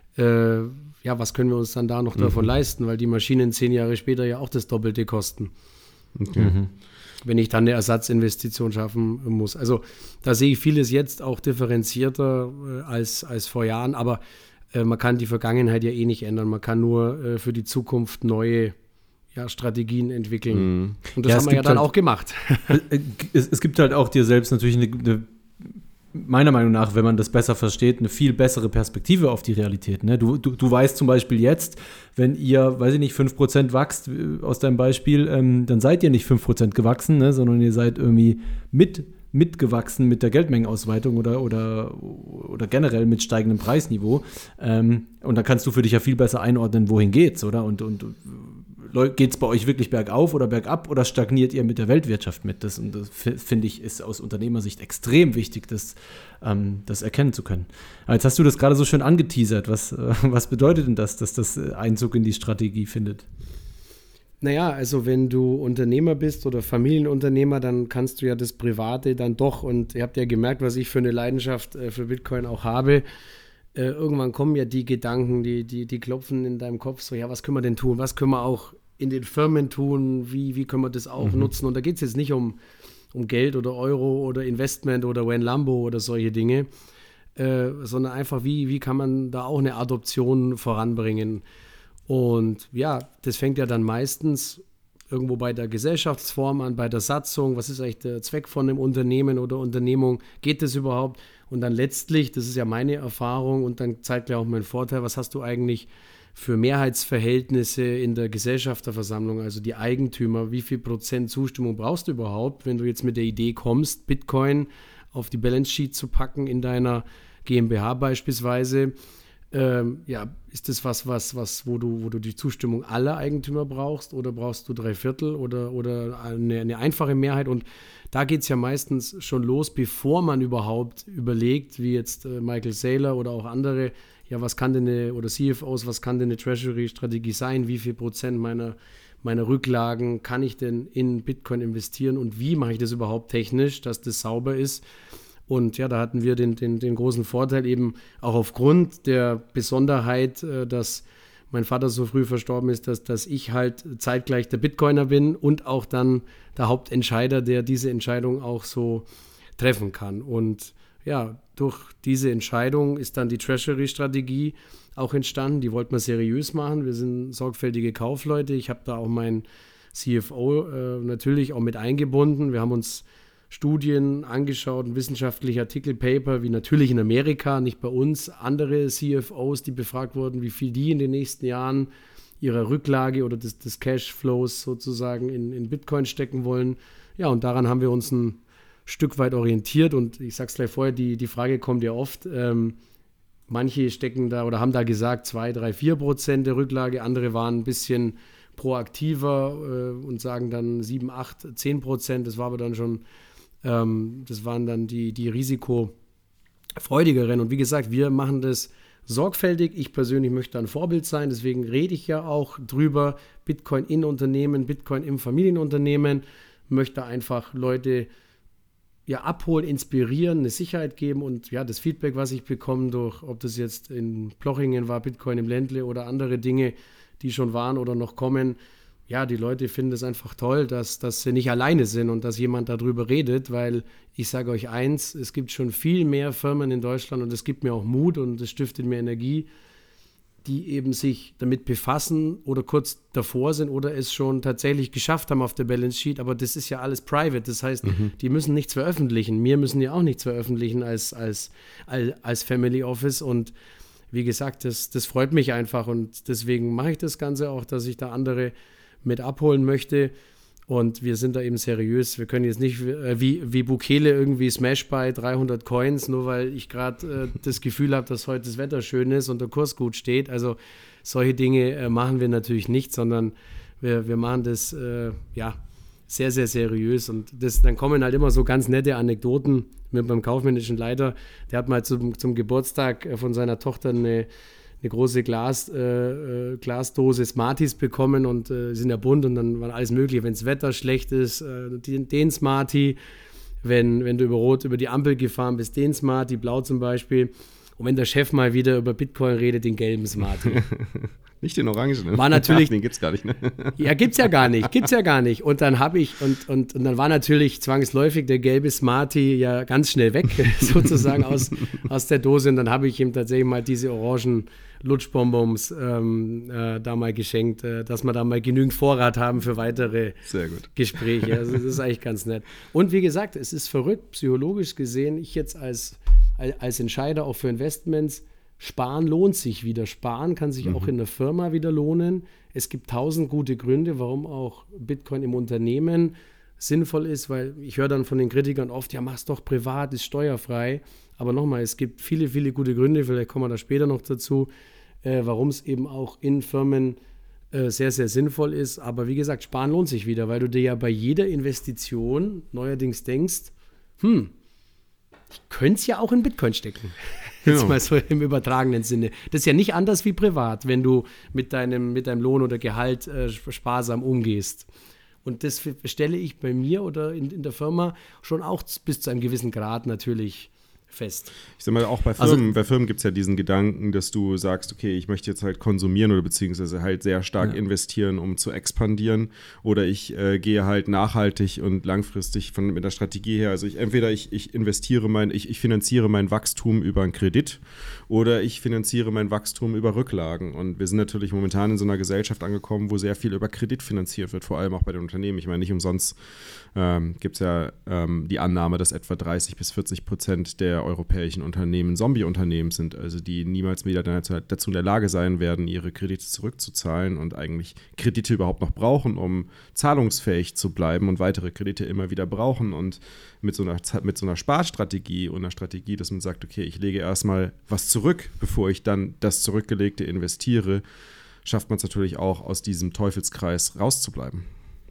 was können wir uns dann da noch davon leisten, weil die Maschinen 10 Jahre später ja auch das Doppelte kosten. Okay. Wenn ich dann eine Ersatzinvestition schaffen muss. Also da sehe ich vieles jetzt auch differenzierter als vor Jahren, aber man kann die Vergangenheit ja eh nicht ändern. Man kann nur für die Zukunft neue Strategien entwickeln. Und das haben wir ja dann auch gemacht. Es gibt halt auch dir selbst natürlich meiner Meinung nach, wenn man das besser versteht, eine viel bessere Perspektive auf die Realität. Ne? Du weißt zum Beispiel jetzt, wenn ihr, weiß ich nicht, 5% wächst aus deinem Beispiel, dann seid ihr nicht 5% gewachsen, ne? Sondern ihr seid irgendwie mitgewachsen mit der Geldmengenausweitung oder generell mit steigendem Preisniveau. Und dann kannst du für dich ja viel besser einordnen, wohin geht's, oder? Und geht es bei euch wirklich bergauf oder bergab oder stagniert ihr mit der Weltwirtschaft mit? Das finde ich, ist aus Unternehmersicht extrem wichtig, das erkennen zu können. Aber jetzt hast du das gerade so schön angeteasert. Was bedeutet denn das, dass das Einzug in die Strategie findet? Naja, also wenn du Unternehmer bist oder Familienunternehmer, dann kannst du ja das Private dann doch, und ihr habt ja gemerkt, was ich für eine Leidenschaft für Bitcoin auch habe, irgendwann kommen ja die Gedanken, die klopfen in deinem Kopf, so, ja, was können wir denn tun? Was können wir auch in den Firmen tun? Wie können wir das auch nutzen? Und da geht es jetzt nicht um Geld oder Euro oder Investment oder When Lambo oder solche Dinge, sondern einfach, wie kann man da auch eine Adoption voranbringen? Und ja, das fängt ja dann meistens irgendwo bei der Gesellschaftsform an, bei der Satzung. Was ist eigentlich der Zweck von einem Unternehmen oder Unternehmung? Geht das überhaupt? Und dann letztlich, das ist ja meine Erfahrung und dann zeigt ja auch mein Vorteil, was hast du eigentlich für Mehrheitsverhältnisse in der Gesellschafterversammlung, also die Eigentümer, wie viel Prozent Zustimmung brauchst du überhaupt, wenn du jetzt mit der Idee kommst, Bitcoin auf die Balance Sheet zu packen in deiner GmbH beispielsweise? Ist das wo du die Zustimmung aller Eigentümer brauchst oder brauchst du 3/4 oder eine einfache Mehrheit? Und da geht es ja meistens schon los, bevor man überhaupt überlegt, wie jetzt Michael Saylor oder auch andere, ja, was kann denn oder CFOs, was kann denn eine Treasury-Strategie sein? Wie viel Prozent meiner Rücklagen kann ich denn in Bitcoin investieren und wie mache ich das überhaupt technisch, dass das sauber ist? Und ja, da hatten wir den großen Vorteil eben auch aufgrund der Besonderheit, dass mein Vater so früh verstorben ist, dass ich halt zeitgleich der Bitcoiner bin und auch dann der Hauptentscheider, der diese Entscheidung auch so treffen kann. Und ja, durch diese Entscheidung ist dann die Treasury-Strategie auch entstanden. Die wollten wir seriös machen. Wir sind sorgfältige Kaufleute. Ich habe da auch meinen CFO natürlich auch mit eingebunden. Wir haben uns Studien angeschaut, wissenschaftliche Artikel, Paper, wie natürlich in Amerika, nicht bei uns, andere CFOs, die befragt wurden, wie viel die in den nächsten Jahren ihrer Rücklage oder des Cashflows sozusagen in Bitcoin stecken wollen. Ja, und daran haben wir uns ein Stück weit orientiert und ich sag's gleich vorher, die Frage kommt ja oft, manche stecken da oder haben da gesagt 2, 3, 4% der Rücklage, andere waren ein bisschen proaktiver und sagen dann 7, 8, 10%. Das war aber dann schon, das waren dann die risikofreudigeren. Und wie gesagt, wir machen das sorgfältig. Ich persönlich möchte ein Vorbild sein, deswegen rede ich ja auch drüber. Bitcoin in Unternehmen, Bitcoin im Familienunternehmen, möchte einfach Leute abholen, inspirieren, eine Sicherheit geben und das Feedback, was ich bekomme, durch, ob das jetzt in Plochingen war, Bitcoin im Ländle oder andere Dinge, die schon waren oder noch kommen. Ja, die Leute finden es einfach toll, dass sie nicht alleine sind und dass jemand darüber redet, weil ich sage euch eins, es gibt schon viel mehr Firmen in Deutschland und es gibt mir auch Mut und es stiftet mir Energie, die eben sich damit befassen oder kurz davor sind oder es schon tatsächlich geschafft haben auf der Balance Sheet, aber das ist ja alles private, das heißt, die müssen nichts veröffentlichen, wir müssen ja auch nichts veröffentlichen als Family Office und wie gesagt, das freut mich einfach und deswegen mache ich das Ganze auch, dass ich da andere mit abholen möchte und wir sind da eben seriös. Wir können jetzt nicht wie Bukele irgendwie Smash bei 300 Coins, nur weil ich gerade das Gefühl habe, dass heute das Wetter schön ist und der Kurs gut steht. Also solche Dinge machen wir natürlich nicht, sondern wir machen das sehr, sehr seriös und dann kommen halt immer so ganz nette Anekdoten mit meinem kaufmännischen Leiter. Der hat mal zum Geburtstag von seiner Tochter eine große Glasdose Smarties bekommen und sind ja bunt und dann war alles mögliche. Wenn das Wetter schlecht ist, den Smartie. Wenn du über die Ampel gefahren bist, den Smartie, blau zum Beispiel. Und wenn der Chef mal wieder über Bitcoin redet, den gelben Smartie. Nicht den Orangen. War natürlich, den gibt's gar nicht, ne? Ja, gibt's ja gar nicht. Und dann habe ich, und dann war natürlich zwangsläufig der gelbe Smartie ja ganz schnell weg, sozusagen aus der Dose. Und dann habe ich ihm tatsächlich mal diese orangen Lutschbonbons da mal geschenkt, dass wir da mal genügend Vorrat haben für weitere Gespräche. Also das ist eigentlich ganz nett. Und wie gesagt, es ist verrückt, psychologisch gesehen, ich jetzt als Entscheider auch für Investments, Sparen lohnt sich wieder. Sparen kann sich auch in der Firma wieder lohnen. Es gibt 1000 gute Gründe, warum auch Bitcoin im Unternehmen sinnvoll ist, weil ich höre dann von den Kritikern oft, ja, mach's doch privat, ist steuerfrei. Aber nochmal, es gibt viele, viele gute Gründe, vielleicht kommen wir da später noch dazu, warum es eben auch in Firmen sehr, sehr sinnvoll ist. Aber wie gesagt, Sparen lohnt sich wieder, weil du dir ja bei jeder Investition neuerdings denkst, ich könnte es ja auch in Bitcoin stecken. Jetzt mal so im übertragenen Sinne. Das ist ja nicht anders wie privat, wenn du mit deinem Lohn oder Gehalt sparsam umgehst. Und das stelle ich bei mir oder in der Firma schon auch bis zu einem gewissen Grad natürlich fest. Ich sag mal, auch bei Firmen gibt es ja diesen Gedanken, dass du sagst, okay, ich möchte jetzt halt konsumieren oder beziehungsweise halt sehr stark investieren, um zu expandieren, oder ich gehe halt nachhaltig und langfristig mit der Strategie her. Also ich finanziere mein Wachstum über einen Kredit oder ich finanziere mein Wachstum über Rücklagen. Und wir sind natürlich momentan in so einer Gesellschaft angekommen, wo sehr viel über Kredit finanziert wird, vor allem auch bei den Unternehmen. Ich meine, nicht umsonst gibt es ja die Annahme, dass etwa 30-40% der europäischen Unternehmen Zombie-Unternehmen sind, also die niemals wieder dazu in der Lage sein werden, ihre Kredite zurückzuzahlen und eigentlich Kredite überhaupt noch brauchen, um zahlungsfähig zu bleiben und weitere Kredite immer wieder brauchen. Und mit so einer Sparstrategie und einer Strategie, dass man sagt, okay, ich lege erstmal was zurück, bevor ich dann das Zurückgelegte investiere, schafft man es natürlich auch, aus diesem Teufelskreis rauszubleiben.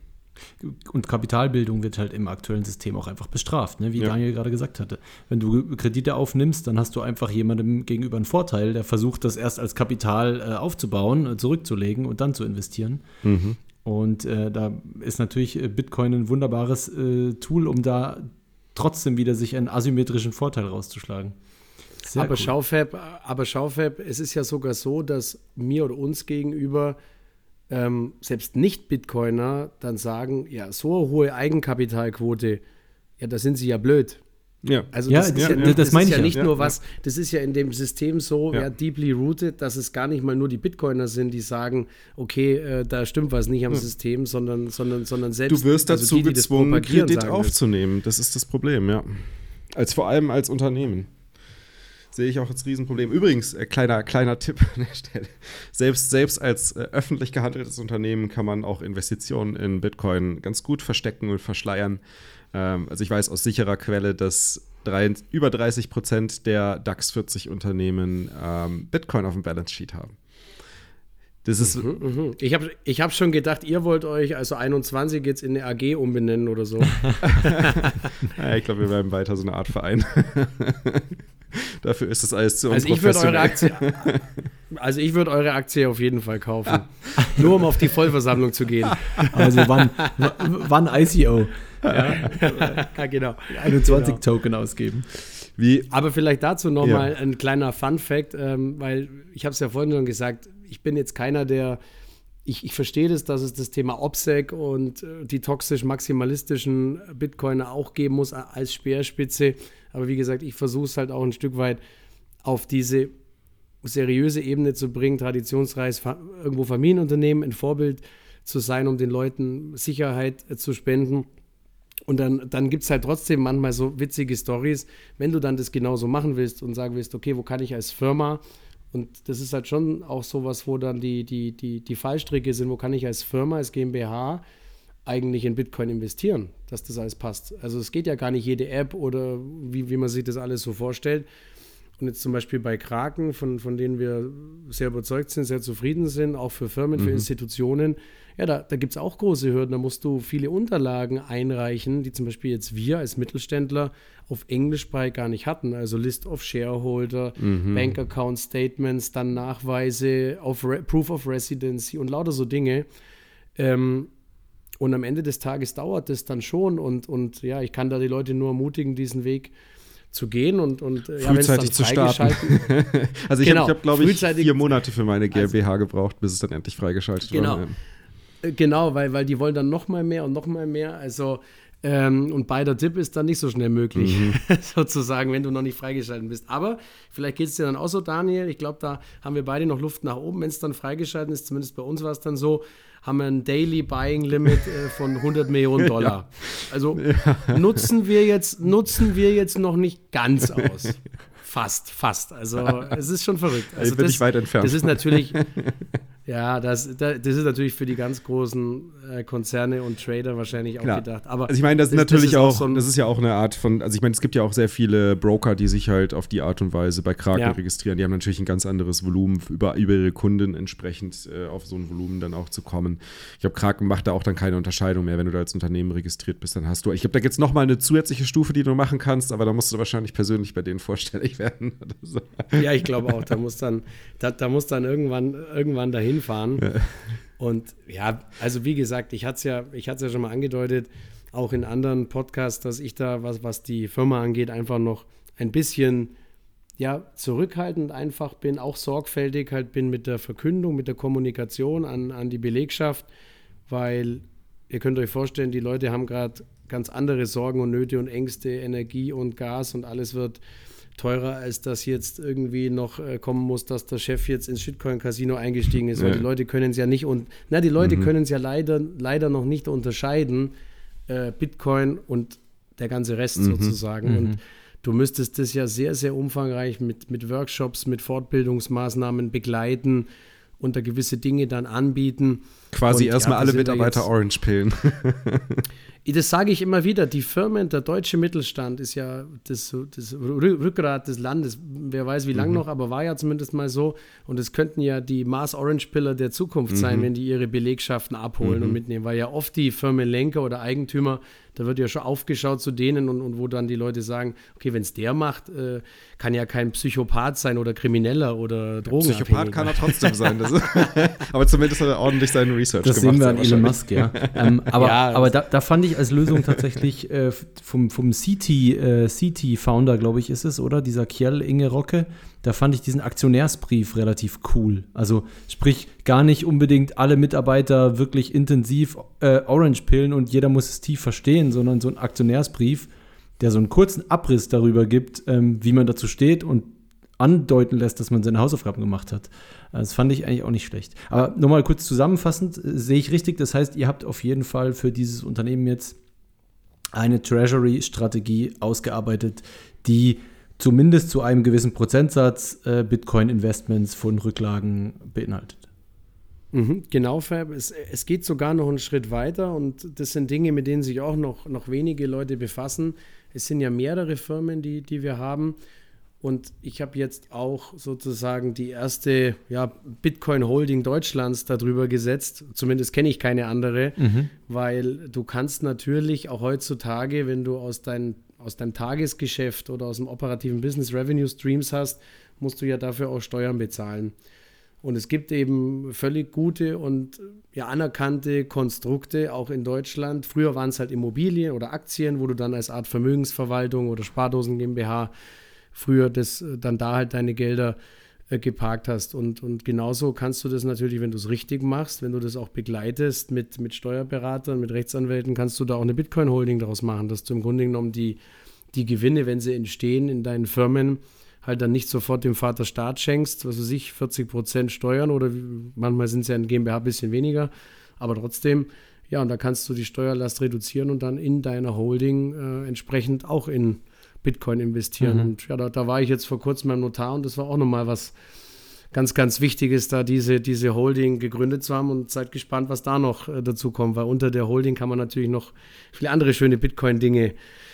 Und Kapitalbildung wird halt im aktuellen System auch einfach bestraft, ne? Wie Daniel gerade gesagt hatte. Wenn du Kredite aufnimmst, dann hast du einfach jemandem gegenüber einen Vorteil, der versucht, das erst als Kapital aufzubauen, zurückzulegen und dann zu investieren. Und da ist natürlich Bitcoin ein wunderbares Tool, um da trotzdem wieder sich einen asymmetrischen Vorteil rauszuschlagen. Aber cool. Schaufab, es ist ja sogar so, dass mir oder uns gegenüber selbst Nicht-Bitcoiner dann sagen, ja, so hohe Eigenkapitalquote, ja, da sind sie ja blöd. Ja, also das ist ja nicht nur was, ja. Das ist ja in dem System so deeply rooted, dass es gar nicht mal nur die Bitcoiner sind, die sagen, okay, da stimmt was nicht am System, sondern selbst. Du wirst dazu die gezwungen, Kredit aufzunehmen. Das ist das Problem, ja. Vor allem als Unternehmen. Sehe ich auch als Riesenproblem. Übrigens, kleiner Tipp an der Stelle. Selbst als öffentlich gehandeltes Unternehmen kann man auch Investitionen in Bitcoin ganz gut verstecken und verschleiern. Also ich weiß aus sicherer Quelle, dass über 30% der DAX 40 Unternehmen Bitcoin auf dem Balance Sheet haben. Das ist, Ich hab schon gedacht, ihr wollt euch also 21 jetzt in eine AG umbenennen oder so. ja, ich glaube, wir bleiben weiter so eine Art Verein. Dafür ist das alles zu Also ich würde eure Aktie auf jeden Fall kaufen. Nur um auf die Vollversammlung zu gehen. Also wann ICO? Ja, genau. 21 Token ausgeben. Aber vielleicht dazu nochmal ein kleiner Fun-Fact, weil ich habe es ja vorhin schon gesagt, ich bin jetzt keiner, der, ich verstehe dass es das Thema OPSEC und die toxisch-maximalistischen Bitcoiner auch geben muss als Speerspitze, aber wie gesagt, ich versuche es halt auch ein Stück weit auf diese seriöse Ebene zu bringen, traditionsreich irgendwo Familienunternehmen, ein Vorbild zu sein, um den Leuten Sicherheit zu spenden. Und dann gibt es halt trotzdem manchmal so witzige Storys, wenn du dann das genauso machen willst und sagen willst, okay, wo kann ich als Firma, und das ist halt schon auch sowas, wo dann die Fallstricke sind, wo kann ich als Firma, als GmbH eigentlich in Bitcoin investieren, dass das alles passt. Also es geht ja gar nicht jede App oder wie man sich das alles so vorstellt. Und jetzt zum Beispiel bei Kraken, von denen wir sehr überzeugt sind, sehr zufrieden sind, auch für Firmen, für Institutionen, ja, da gibt es auch große Hürden. Da musst du viele Unterlagen einreichen, die zum Beispiel jetzt wir als Mittelständler auf Englischsprachig gar nicht hatten. Also List of Shareholder, Bank Account Statements, dann Nachweise auf Proof of Residency und lauter so Dinge. Und am Ende des Tages dauert das dann schon. Und ja, ich kann da die Leute nur ermutigen, diesen Weg zu gehen und frühzeitig zu starten. Also ich habe, glaube ich, 4 Monate für meine GmbH gebraucht, bis es dann endlich freigeschaltet war. Genau, weil die wollen dann noch mal mehr und noch mal mehr. Also und bei der Tipp ist dann nicht so schnell möglich, sozusagen, wenn du noch nicht freigeschalten bist. Aber vielleicht geht es dir dann auch so, Daniel. Ich glaube, da haben wir beide noch Luft nach oben. Wenn es dann freigeschalten ist, zumindest bei uns war es dann so, haben wir ein Daily Buying Limit von 100 Millionen Dollar. Also nutzen wir jetzt noch nicht ganz aus. Fast. Also es ist schon verrückt. Also bin ich weit entfernt. Das ist natürlich, das ist natürlich für die ganz großen Konzerne und Trader wahrscheinlich auch gedacht. Aber also ich meine, das ist natürlich auch, das ist ja auch eine Art von, also ich meine, es gibt ja auch sehr viele Broker, die sich halt auf die Art und Weise bei Kraken registrieren. Die haben natürlich ein ganz anderes Volumen, über ihre Kunden entsprechend auf so ein Volumen dann auch zu kommen. Ich glaube, Kraken macht da auch dann keine Unterscheidung mehr, wenn du da als Unternehmen registriert bist, dann hast du, ich glaube, da gibt es nochmal eine zusätzliche Stufe, die du machen kannst, aber da musst du wahrscheinlich persönlich bei denen vorstellig werden. Oder so. Ja, ich glaube auch, da muss dann irgendwann dahin fahren. Ja. Und ja, also wie gesagt, ich hatte es ja schon mal angedeutet, auch in anderen Podcasts, dass ich da, was die Firma angeht, einfach noch ein bisschen zurückhaltend einfach bin, auch sorgfältig halt bin mit der Verkündung, mit der Kommunikation an die Belegschaft, weil ihr könnt euch vorstellen, die Leute haben gerade ganz andere Sorgen und Nöte und Ängste, Energie und Gas und alles wird teurer, als das jetzt irgendwie noch kommen muss, dass der Chef jetzt ins Shitcoin-Casino eingestiegen ist, weil die Leute können es ja nicht können es ja leider noch nicht unterscheiden, Bitcoin und der ganze Rest sozusagen. Und du müsstest das ja sehr, sehr umfangreich mit Workshops, mit Fortbildungsmaßnahmen begleiten und da gewisse Dinge dann anbieten. Quasi erstmal alle Mitarbeiter Orange-Pillen. Das sage ich immer wieder, die Firmen, der deutsche Mittelstand ist ja das Rückgrat des Landes, wer weiß wie lange noch, aber war ja zumindest mal so und es könnten ja die Mars-Orange-Pillar der Zukunft sein, wenn die ihre Belegschaften abholen und mitnehmen, weil ja oft die Firmenlenker oder Eigentümer, da wird ja schon aufgeschaut zu denen und wo dann die Leute sagen, okay, wenn es der macht, kann ja kein Psychopath sein oder Krimineller oder Drogenabhängiger. Psychopath kann er trotzdem sein, aber zumindest hat er ordentlich seinen Research gemacht. Das sehen wir an Elon Musk, ja. Aber da fand ich als Lösung tatsächlich vom CT-Founder, glaube ich, ist es, oder? Dieser Kjell Inge Rocke, da fand ich diesen Aktionärsbrief relativ cool. Also sprich, gar nicht unbedingt alle Mitarbeiter wirklich intensiv Orange-Pillen und jeder muss es tief verstehen, sondern so ein Aktionärsbrief, der so einen kurzen Abriss darüber gibt, wie man dazu steht und andeuten lässt, dass man seine Hausaufgaben gemacht hat. Das fand ich eigentlich auch nicht schlecht. Aber nochmal kurz zusammenfassend, sehe ich richtig, das heißt, ihr habt auf jeden Fall für dieses Unternehmen jetzt eine Treasury-Strategie ausgearbeitet, die zumindest zu einem gewissen Prozentsatz Bitcoin-Investments von Rücklagen beinhaltet. Genau, Fab. Es geht sogar noch einen Schritt weiter und das sind Dinge, mit denen sich auch noch wenige Leute befassen. Es sind ja mehrere Firmen, die wir haben. Und ich habe jetzt auch sozusagen die erste Bitcoin-Holding Deutschlands darüber gesetzt. Zumindest kenne ich keine andere, weil du kannst natürlich auch heutzutage, wenn du aus deinem Tagesgeschäft oder aus dem operativen Business Revenue Streams hast, musst du ja dafür auch Steuern bezahlen. Und es gibt eben völlig gute und anerkannte Konstrukte, auch in Deutschland. Früher waren es halt Immobilien oder Aktien, wo du dann als Art Vermögensverwaltung oder Spardosen GmbH früher dann da halt deine Gelder geparkt hast. Und genauso kannst du das natürlich, wenn du es richtig machst, wenn du das auch begleitest mit Steuerberatern, mit Rechtsanwälten, kannst du da auch eine Bitcoin-Holding daraus machen, dass du im Grunde genommen die Gewinne, wenn sie entstehen in deinen Firmen, halt dann nicht sofort dem Vater Staat schenkst, was weiß ich, 40% Steuern oder manchmal sind es ja in GmbH ein bisschen weniger, aber trotzdem, und da kannst du die Steuerlast reduzieren und dann in deiner Holding entsprechend auch in Bitcoin investieren. Und da war ich jetzt vor kurzem beim Notar und das war auch nochmal was ganz, ganz Wichtiges, da diese Holding gegründet zu haben und seid gespannt, was da noch dazu kommt, weil unter der Holding kann man natürlich noch viele andere schöne Bitcoin-Dinge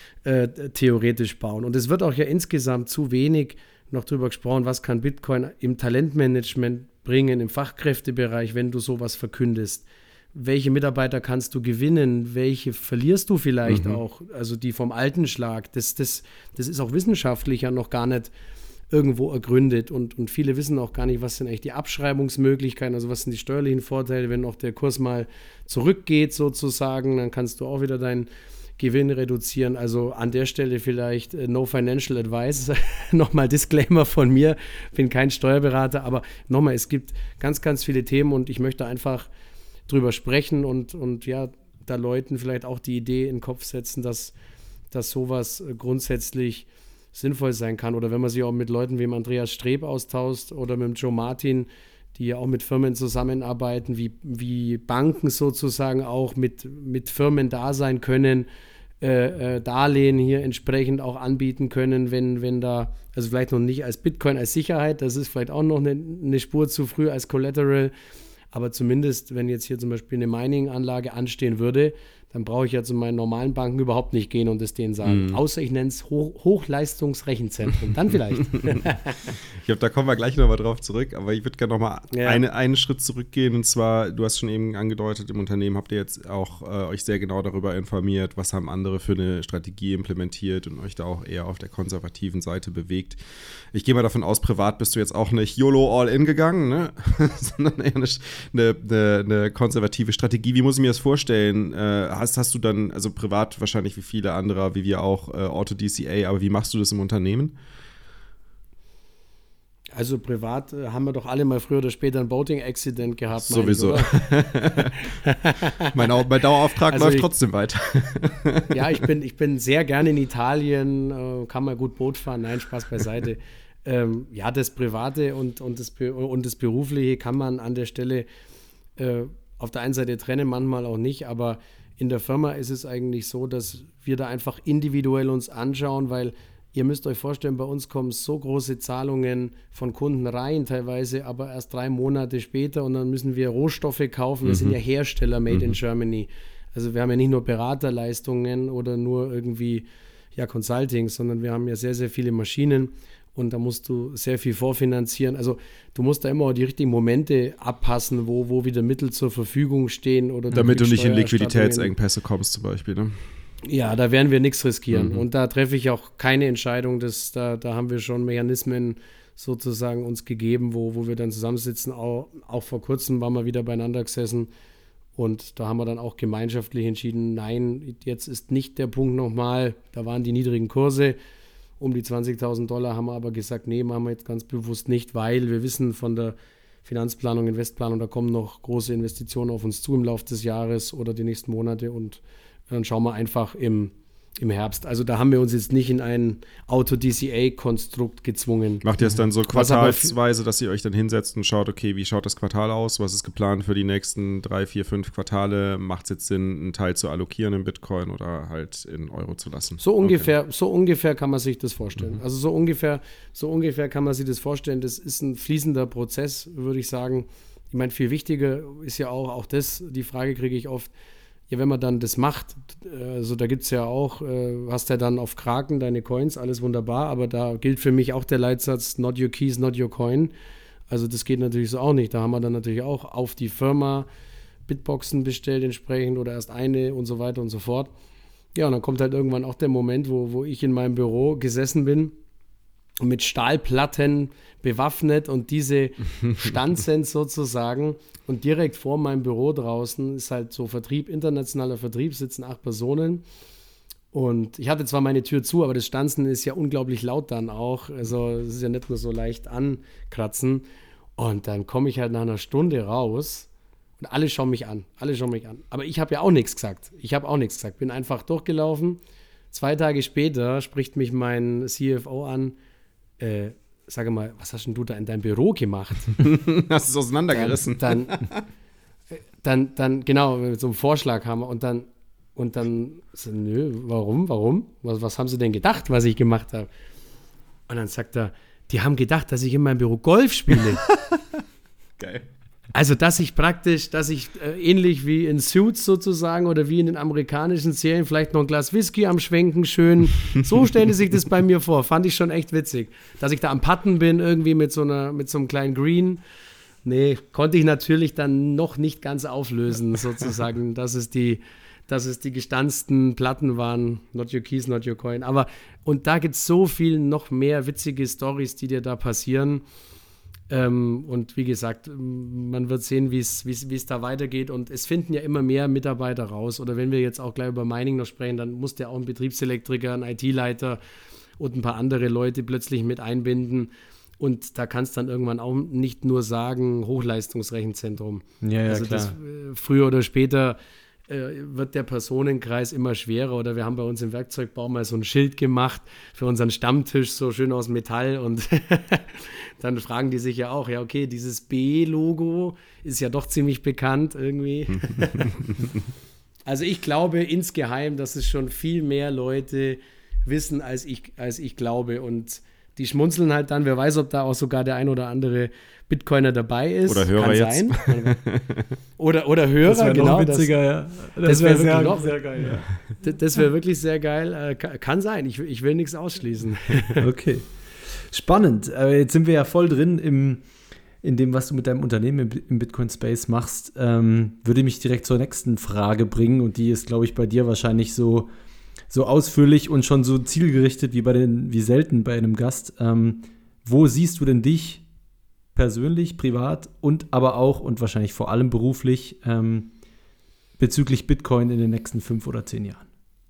theoretisch bauen. Und es wird auch ja insgesamt zu wenig noch drüber gesprochen, was kann Bitcoin im Talentmanagement bringen, im Fachkräftebereich, wenn du sowas verkündest. Welche Mitarbeiter kannst du gewinnen? Welche verlierst du vielleicht auch? Also die vom alten Schlag. Das ist auch wissenschaftlich ja noch gar nicht irgendwo ergründet. Und viele wissen auch gar nicht, was sind eigentlich die Abschreibungsmöglichkeiten, also was sind die steuerlichen Vorteile, wenn auch der Kurs mal zurückgeht sozusagen, dann kannst du auch wieder deinen Gewinn reduzieren. Also an der Stelle vielleicht no financial advice. Nochmal Disclaimer von mir, bin kein Steuerberater, aber nochmal, es gibt ganz, ganz viele Themen und ich möchte einfach drüber sprechen und da Leuten vielleicht auch die Idee in den Kopf setzen, dass sowas grundsätzlich sinnvoll sein kann. Oder wenn man sich auch mit Leuten wie dem Andreas Streb austauscht oder mit dem Joe Martin, die ja auch mit Firmen zusammenarbeiten, wie Banken sozusagen auch mit Firmen da sein können, Darlehen hier entsprechend auch anbieten können, wenn da, also vielleicht noch nicht als Bitcoin als Sicherheit, das ist vielleicht auch noch eine Spur zu früh als Collateral, aber zumindest, wenn jetzt hier zum Beispiel eine Mining-Anlage anstehen würde, dann brauche ich ja zu meinen normalen Banken überhaupt nicht gehen und es denen sagen. Außer ich nenne es Hochleistungsrechenzentrum. Dann vielleicht. Ich glaube, da kommen wir gleich nochmal drauf zurück. Aber ich würde gerne nochmal einen Schritt zurückgehen. Und zwar, du hast schon eben angedeutet, im Unternehmen habt ihr jetzt auch euch sehr genau darüber informiert, was haben andere für eine Strategie implementiert und euch da auch eher auf der konservativen Seite bewegt. Ich gehe mal davon aus, privat bist du jetzt auch nicht YOLO All-In gegangen, ne? Sondern eher eine konservative Strategie. Wie muss ich mir das vorstellen? Hast du dann, also privat wahrscheinlich wie viele andere, wie wir auch, Auto-DCA, aber wie machst du das im Unternehmen? Also privat haben wir doch alle mal früher oder später ein Boating-Accident gehabt. Sowieso. Mein Dauerauftrag läuft trotzdem weiter. Ja, ich bin sehr gerne in Italien, kann mal gut Boot fahren, nein, Spaß beiseite. Das Private und das Berufliche kann man an der Stelle auf der einen Seite trennen, manchmal auch nicht, aber in der Firma ist es eigentlich so, dass wir da einfach individuell uns anschauen, weil ihr müsst euch vorstellen, bei uns kommen so große Zahlungen von Kunden rein, teilweise aber erst 3 Monate später und dann müssen wir Rohstoffe kaufen. Wir sind ja Hersteller made in Germany. Also wir haben ja nicht nur Beraterleistungen oder nur irgendwie Consulting, sondern wir haben ja sehr, sehr viele Maschinen. Und da musst du sehr viel vorfinanzieren. Also du musst da immer auch die richtigen Momente abpassen, wo wieder Mittel zur Verfügung stehen. Oder damit du nicht in Liquiditätsengpässe kommst zum Beispiel, ne? Ja, da werden wir nichts riskieren. Und da treffe ich auch keine Entscheidung. Da haben wir schon Mechanismen sozusagen uns gegeben, wo wir dann zusammensitzen. Auch vor kurzem waren wir wieder beieinander gesessen. Und da haben wir dann auch gemeinschaftlich entschieden, nein, jetzt ist nicht der Punkt nochmal. Da waren die niedrigen Kurse. Um die $20.000 haben wir aber gesagt, nee, machen wir jetzt ganz bewusst nicht, weil wir wissen von der Finanzplanung, Investplanung, da kommen noch große Investitionen auf uns zu im Laufe des Jahres oder die nächsten Monate und dann schauen wir einfach im Herbst. Also da haben wir uns jetzt nicht in ein Auto-DCA-Konstrukt gezwungen. Macht ihr es dann so quartalsweise, dass ihr euch dann hinsetzt und schaut, okay, wie schaut das Quartal aus? Was ist geplant für die nächsten 3, 4, 5 Quartale? Macht es jetzt Sinn, einen Teil zu allokieren in Bitcoin oder halt in Euro zu lassen? So ungefähr kann man sich das vorstellen. Also so ungefähr kann man sich das vorstellen. Das ist ein fließender Prozess, würde ich sagen. Ich meine, viel wichtiger ist ja auch das, die Frage kriege ich oft, ja, wenn man dann das macht, also da gibt es ja auch, hast ja dann auf Kraken deine Coins, alles wunderbar, aber da gilt für mich auch der Leitsatz, not your keys, not your coin. Also das geht natürlich so auch nicht. Da haben wir dann natürlich auch auf die Firma Bitboxen bestellt entsprechend oder erst eine und so weiter und so fort. Ja, und dann kommt halt irgendwann auch der Moment, wo ich in meinem Büro gesessen bin, mit Stahlplatten bewaffnet und diese Stanzen sozusagen und direkt vor meinem Büro draußen ist halt so Vertrieb, internationaler Vertrieb, sitzen 8 Personen und ich hatte zwar meine Tür zu, aber das Stanzen ist ja unglaublich laut dann auch, also es ist ja nicht nur so leicht ankratzen und dann komme ich halt nach einer Stunde raus und alle schauen mich an, aber ich habe ja auch nichts gesagt, bin einfach durchgelaufen. 2 Tage später spricht mich mein CFO an, sage mal, was hast denn du da in deinem Büro gemacht? Hast du es auseinandergerissen? Dann genau, mit so einem Vorschlaghammer und dann so, nö, warum? Was haben sie denn gedacht, was ich gemacht habe? Und dann sagt er, die haben gedacht, dass ich in meinem Büro Golf spiele. Geil. Also, dass ich ähnlich wie in Suits sozusagen oder wie in den amerikanischen Serien vielleicht noch ein Glas Whisky am Schwenken schön, so stellen die sich das bei mir vor. Fand ich schon echt witzig. Dass ich da am Putten bin, irgendwie mit so einem kleinen Green. Nee, konnte ich natürlich dann noch nicht ganz auflösen, sozusagen, dass es die gestanzten Platten waren, not your keys, not your coin. Aber, und da gibt es so viel noch mehr witzige Storys, die dir da passieren. Und wie gesagt, man wird sehen, wie es da weitergeht. Und es finden ja immer mehr Mitarbeiter raus. Oder wenn wir jetzt auch gleich über Mining noch sprechen, dann muss der auch ein Betriebselektriker, ein IT-Leiter und ein paar andere Leute plötzlich mit einbinden. Und da kannst du dann irgendwann auch nicht nur sagen, Hochleistungsrechenzentrum. Ja, also klar. das früher oder später wird der Personenkreis immer schwerer. Oder wir haben bei uns im Werkzeugbau mal so ein Schild gemacht für unseren Stammtisch, so schön aus Metall. Und dann fragen die sich ja auch, ja okay, dieses B-Logo ist ja doch ziemlich bekannt irgendwie. Also ich glaube insgeheim, dass es schon viel mehr Leute wissen, als ich glaube. Und die schmunzeln halt dann, wer weiß, ob da auch sogar der ein oder andere Bitcoiner dabei ist. Oder Hörer kann jetzt. Sein. Oder Hörer, Das wäre genau. noch witziger, ja. Das wäre sehr, sehr geil, ja. Das wäre wirklich sehr geil. Kann sein, ich will nichts ausschließen. Okay. Spannend. Jetzt sind wir ja voll drin in dem, was du mit deinem Unternehmen im Bitcoin-Space machst. Würde mich direkt zur nächsten Frage bringen und die ist, glaube ich, bei dir wahrscheinlich so ausführlich und schon so zielgerichtet wie selten bei einem Gast. Wo siehst du denn dich persönlich, privat und aber auch und wahrscheinlich vor allem beruflich bezüglich Bitcoin in den nächsten 5 oder 10 Jahren?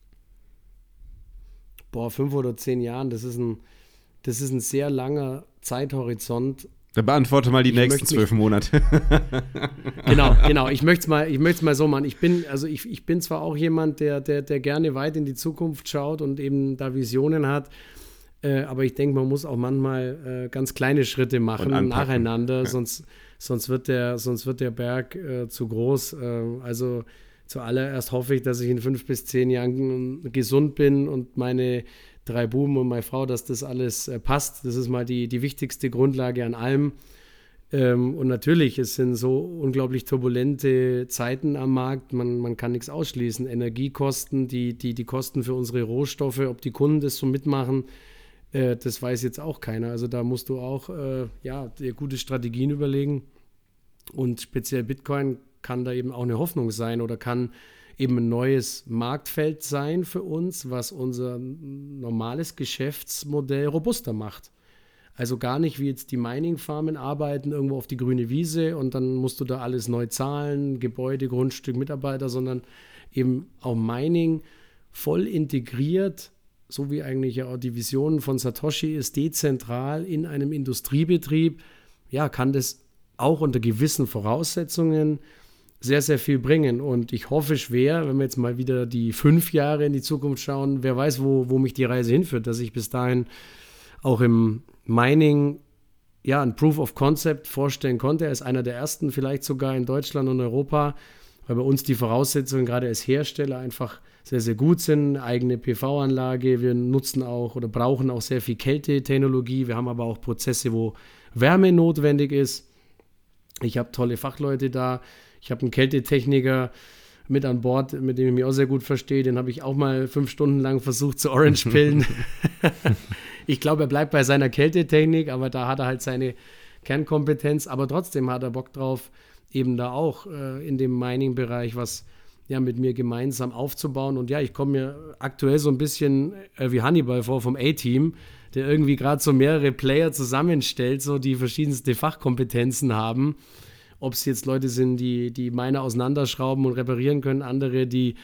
5 oder 10 Jahren, das ist ein sehr langer Zeithorizont. Dann beantworte mal die nächsten 12 Monate. Genau. Ich möchte es mal so machen. Ich bin zwar auch jemand, der gerne weit in die Zukunft schaut und eben da Visionen hat, aber ich denke, man muss auch manchmal ganz kleine Schritte machen nacheinander, ja. sonst wird der Berg zu groß. Also zuallererst hoffe ich, dass ich in 5 bis 10 Jahren gesund bin und meine 3 Buben und meine Frau, dass das alles passt. Das ist mal die wichtigste Grundlage an allem. Und natürlich, es sind so unglaublich turbulente Zeiten am Markt. Man kann nichts ausschließen. Energiekosten, die Kosten für unsere Rohstoffe, ob die Kunden das so mitmachen, das weiß jetzt auch keiner. Also da musst du auch dir gute Strategien überlegen. Und speziell Bitcoin kann da eben auch eine Hoffnung sein oder kann eben ein neues Marktfeld sein für uns, was unser normales Geschäftsmodell robuster macht. Also gar nicht wie jetzt die Mining-Farmen arbeiten, irgendwo auf die grüne Wiese und dann musst du da alles neu zahlen, Gebäude, Grundstück, Mitarbeiter, sondern eben auch Mining voll integriert, so wie eigentlich ja auch die Vision von Satoshi ist, dezentral in einem Industriebetrieb, ja, kann das auch unter gewissen Voraussetzungen sehr, sehr viel bringen. Und ich hoffe schwer, wenn wir jetzt mal wieder die 5 Jahre in die Zukunft schauen, wer weiß, wo mich die Reise hinführt, dass ich bis dahin auch im Mining ein Proof of Concept vorstellen konnte. Er ist einer der ersten, vielleicht sogar in Deutschland und Europa, weil bei uns die Voraussetzungen gerade als Hersteller einfach sehr, sehr gut sind. Eigene PV-Anlage, wir nutzen auch oder brauchen auch sehr viel Kältetechnologie. Wir haben aber auch Prozesse, wo Wärme notwendig ist. Ich habe tolle Fachleute da. Ich habe einen Kältetechniker, mit an Bord, mit dem ich mich auch sehr gut verstehe. Den habe ich auch mal 5 Stunden lang versucht zu Orange-Pillen. Ich glaube, er bleibt bei seiner Kältetechnik, aber da hat er halt seine Kernkompetenz. Aber trotzdem hat er Bock drauf, eben da auch in dem Mining-Bereich was mit mir gemeinsam aufzubauen. Und ja, ich komme mir aktuell so ein bisschen wie Hannibal vor vom A-Team, der irgendwie gerade so mehrere Player zusammenstellt, so die verschiedenste Fachkompetenzen haben. Ob es jetzt Leute sind, die Miner auseinanderschrauben und reparieren können, andere, die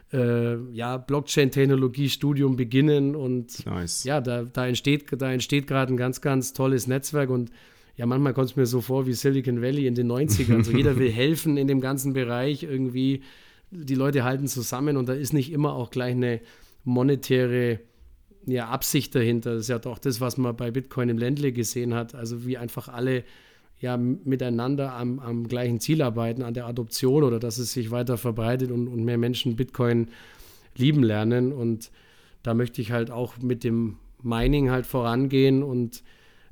Blockchain-Technologie-Studium beginnen. Und nice. Ja, da entsteht gerade ein ganz, ganz tolles Netzwerk. Und ja, manchmal kommt es mir so vor wie Silicon Valley in den 90ern. So jeder will helfen in dem ganzen Bereich irgendwie. Die Leute halten zusammen und da ist nicht immer auch gleich eine monetäre Absicht dahinter. Das ist ja doch das, was man bei Bitcoin im Ländle gesehen hat. Also wie einfach alle miteinander am gleichen Ziel arbeiten, an der Adoption oder dass es sich weiter verbreitet und mehr Menschen Bitcoin lieben lernen. Und da möchte ich halt auch mit dem Mining halt vorangehen und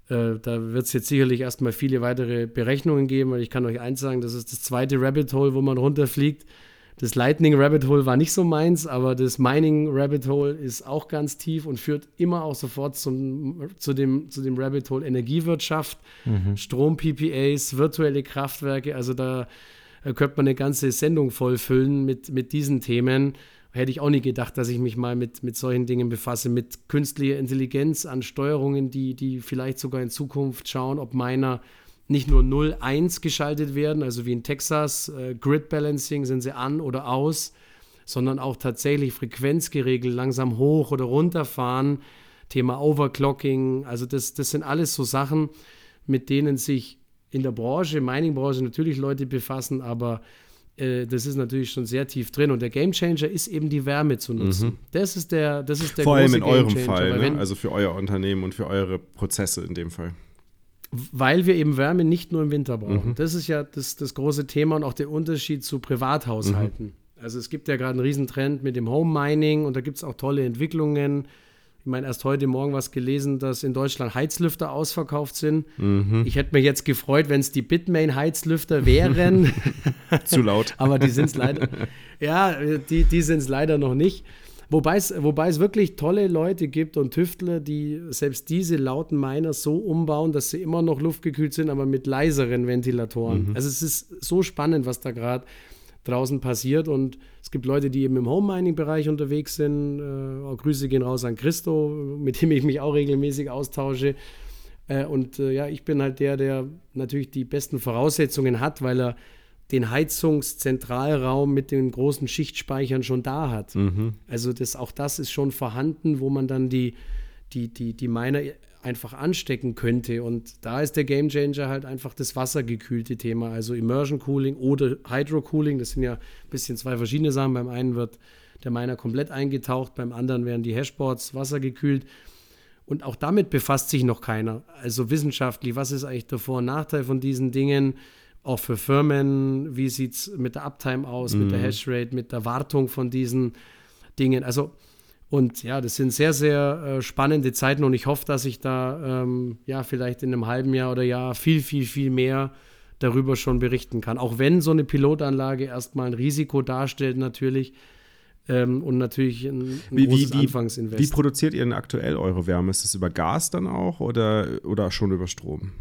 da wird es jetzt sicherlich erstmal viele weitere Berechnungen geben, weil ich kann euch eins sagen, das ist das zweite Rabbit Hole, wo man runterfliegt. Das Lightning Rabbit Hole war nicht so meins, aber das Mining Rabbit Hole ist auch ganz tief und führt immer auch sofort zu dem Rabbit Hole Energiewirtschaft, Strom-PPAs, virtuelle Kraftwerke. Also da könnte man eine ganze Sendung voll füllen mit diesen Themen. Hätte ich auch nie gedacht, dass ich mich mal mit solchen Dingen befasse, mit künstlicher Intelligenz an Steuerungen, die vielleicht sogar in Zukunft schauen, ob Miner nicht nur 0-1 geschaltet werden, also wie in Texas, Grid Balancing, sind sie an oder aus, sondern auch tatsächlich frequenzgeregelt, langsam hoch oder runterfahren, Thema Overclocking, also das sind alles so Sachen, mit denen sich in der Branche, Mining-Branche natürlich Leute befassen, aber das ist natürlich schon sehr tief drin und der Gamechanger ist eben die Wärme zu nutzen. Das ist der vor allem große in eurem Gamechanger, Fall, ne? Also für euer Unternehmen und für eure Prozesse in dem Fall. Weil wir eben Wärme nicht nur im Winter brauchen. Das ist ja das große Thema und auch der Unterschied zu Privathaushalten. Also es gibt ja gerade einen Riesentrend mit dem Home Mining und da gibt es auch tolle Entwicklungen. Ich meine, erst heute Morgen was gelesen, dass in Deutschland Heizlüfter ausverkauft sind. Ich hätte mich jetzt gefreut, wenn es die Bitmain-Heizlüfter wären. Zu laut. Aber die sind es leider. Ja, die sind es leider noch nicht. Wobei es wirklich tolle Leute gibt und Tüftler, die selbst diese lauten Miner so umbauen, dass sie immer noch luftgekühlt sind, aber mit leiseren Ventilatoren. Also es ist so spannend, was da gerade draußen passiert und es gibt Leute, die eben im Home-Mining-Bereich unterwegs sind. Grüße gehen raus an Christo, mit dem ich mich auch regelmäßig austausche. Ich bin halt der natürlich die besten Voraussetzungen hat, weil er den Heizungszentralraum mit den großen Schichtspeichern schon da hat. Also auch das ist schon vorhanden, wo man dann die Miner einfach anstecken könnte. Und da ist der Gamechanger halt einfach das wassergekühlte Thema, also Immersion Cooling oder Hydro Cooling. Das sind ja ein bisschen zwei verschiedene Sachen. Beim einen wird der Miner komplett eingetaucht, beim anderen werden die Hashboards wassergekühlt. Und auch damit befasst sich noch keiner. Also wissenschaftlich, was ist eigentlich der Vor- und Nachteil von diesen Dingen? Auch für Firmen, wie sieht es mit der Uptime aus, mit der Hashrate, mit der Wartung von diesen Dingen. Also, und ja, das sind sehr, sehr spannende Zeiten und ich hoffe, dass ich da vielleicht in einem halben Jahr oder Jahr viel, viel, viel mehr darüber schon berichten kann. Auch wenn so eine Pilotanlage erstmal ein Risiko darstellt natürlich und natürlich ein großes Anfangsinvest. Wie produziert ihr denn aktuell eure Wärme? Ist das über Gas dann auch oder schon über Strom?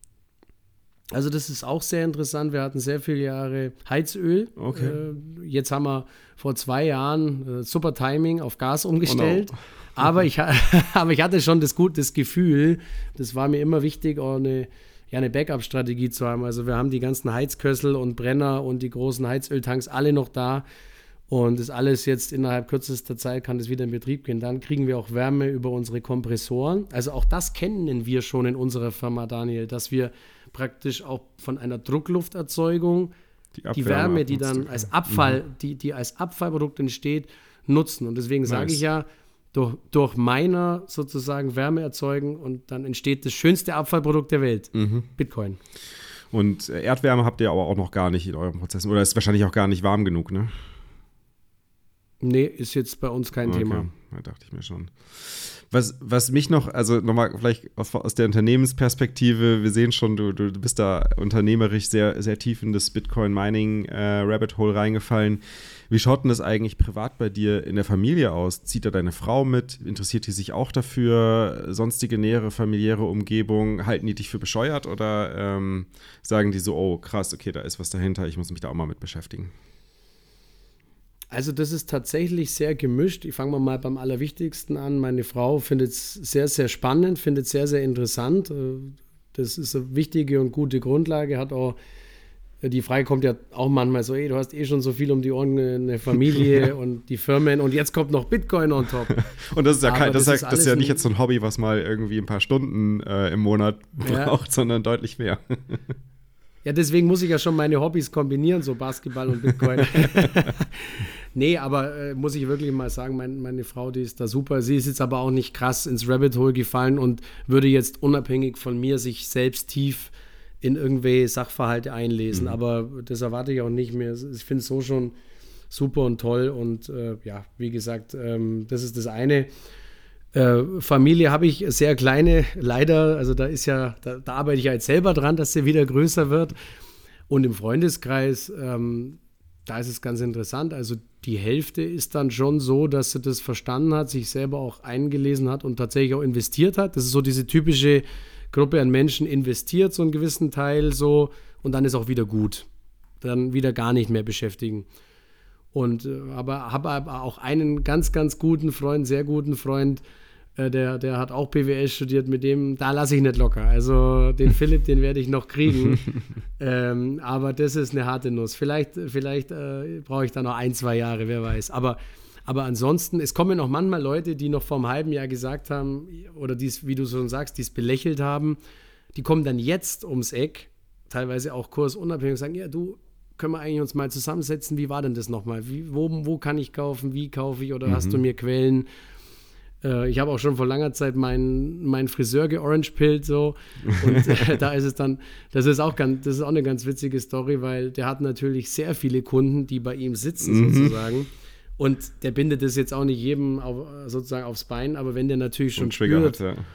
Also das ist auch sehr interessant. Wir hatten sehr viele Jahre Heizöl. Okay. Jetzt haben wir vor 2 Jahren super Timing auf Gas umgestellt. Oh no. Aber ich hatte schon das Gefühl, das war mir immer wichtig, auch eine Backup-Strategie zu haben. Also wir haben die ganzen Heizkössel und Brenner und die großen Heizöltanks alle noch da. Und das alles jetzt innerhalb kürzester Zeit kann das wieder in Betrieb gehen. Dann kriegen wir auch Wärme über unsere Kompressoren. Also auch das kennen wir schon in unserer Firma, Daniel, dass wir praktisch auch von einer Drucklufterzeugung die Wärme, die dann als Abfall, die als Abfallprodukt entsteht, nutzen. Und deswegen sage ich ja, durch Miner sozusagen Wärme erzeugen und dann entsteht das schönste Abfallprodukt der Welt, Bitcoin. Und Erdwärme habt ihr aber auch noch gar nicht in euren Prozessen oder ist wahrscheinlich auch gar nicht warm genug, ne? Nee, ist jetzt bei uns kein Thema. Da dachte ich mir schon. Was mich noch, also nochmal vielleicht aus der Unternehmensperspektive, wir sehen schon, du bist da unternehmerisch sehr, sehr tief in das Bitcoin-Mining-Rabbit-Hole reingefallen. Wie schaut denn das eigentlich privat bei dir in der Familie aus? Zieht da deine Frau mit? Interessiert die sich auch dafür? Sonstige nähere familiäre Umgebung? Halten die dich für bescheuert oder sagen die so, oh krass, okay, da ist was dahinter, ich muss mich da auch mal mit beschäftigen? Also das ist tatsächlich sehr gemischt. Ich fange mal beim Allerwichtigsten an. Meine Frau findet es sehr, sehr spannend, findet es sehr, sehr interessant. Das ist eine wichtige und gute Grundlage. Hat auch, die Frage kommt ja auch manchmal so, du hast schon so viel um die Ohren, eine Familie und die Firmen und jetzt kommt noch Bitcoin on top. Und das ist ja das ist ja nicht jetzt so ein Hobby, was mal irgendwie ein paar Stunden im Monat braucht, sondern deutlich mehr. Ja, deswegen muss ich ja schon meine Hobbys kombinieren, so Basketball und Bitcoin. Nee, aber muss ich wirklich mal sagen, meine Frau, die ist da super. Sie ist jetzt aber auch nicht krass ins Rabbit Hole gefallen und würde jetzt unabhängig von mir sich selbst tief in irgendwelche Sachverhalte einlesen. Aber das erwarte ich auch nicht mehr. Ich finde es so schon super und toll. Und wie gesagt, das ist das eine. Familie habe ich sehr kleine, leider. Also da arbeite ich jetzt selber dran, dass sie wieder größer wird. Und im Freundeskreis, da ist es ganz interessant. Also die Hälfte ist dann schon so, dass sie das verstanden hat, sich selber auch eingelesen hat und tatsächlich auch investiert hat. Das ist so diese typische Gruppe an Menschen, investiert so einen gewissen Teil so und dann ist auch wieder gut. Dann wieder gar nicht mehr beschäftigen. Und habe aber auch einen ganz, ganz guten Freund, sehr guten Freund, der hat auch BWL studiert, mit dem, da lasse ich nicht locker. Also den Philipp, den werde ich noch kriegen. Aber das ist eine harte Nuss. Vielleicht brauche ich da noch 1-2 Jahre, wer weiß. Aber ansonsten, es kommen auch manchmal Leute, die noch vor einem halben Jahr gesagt haben, oder dies, wie du schon sagst, die es belächelt haben, die kommen dann jetzt ums Eck, teilweise auch kursunabhängig, und sagen, ja du, können wir eigentlich uns mal zusammensetzen, wie war denn das nochmal? Wo kann ich kaufen, wie kaufe ich oder hast du mir Quellen? Ich habe auch schon vor langer Zeit meinen Friseur georangepillt so und da ist es dann, das ist auch eine ganz witzige Story, weil der hat natürlich sehr viele Kunden, die bei ihm sitzen sozusagen und der bindet das jetzt auch nicht jedem sozusagen aufs Bein, aber wenn der natürlich schon spürt,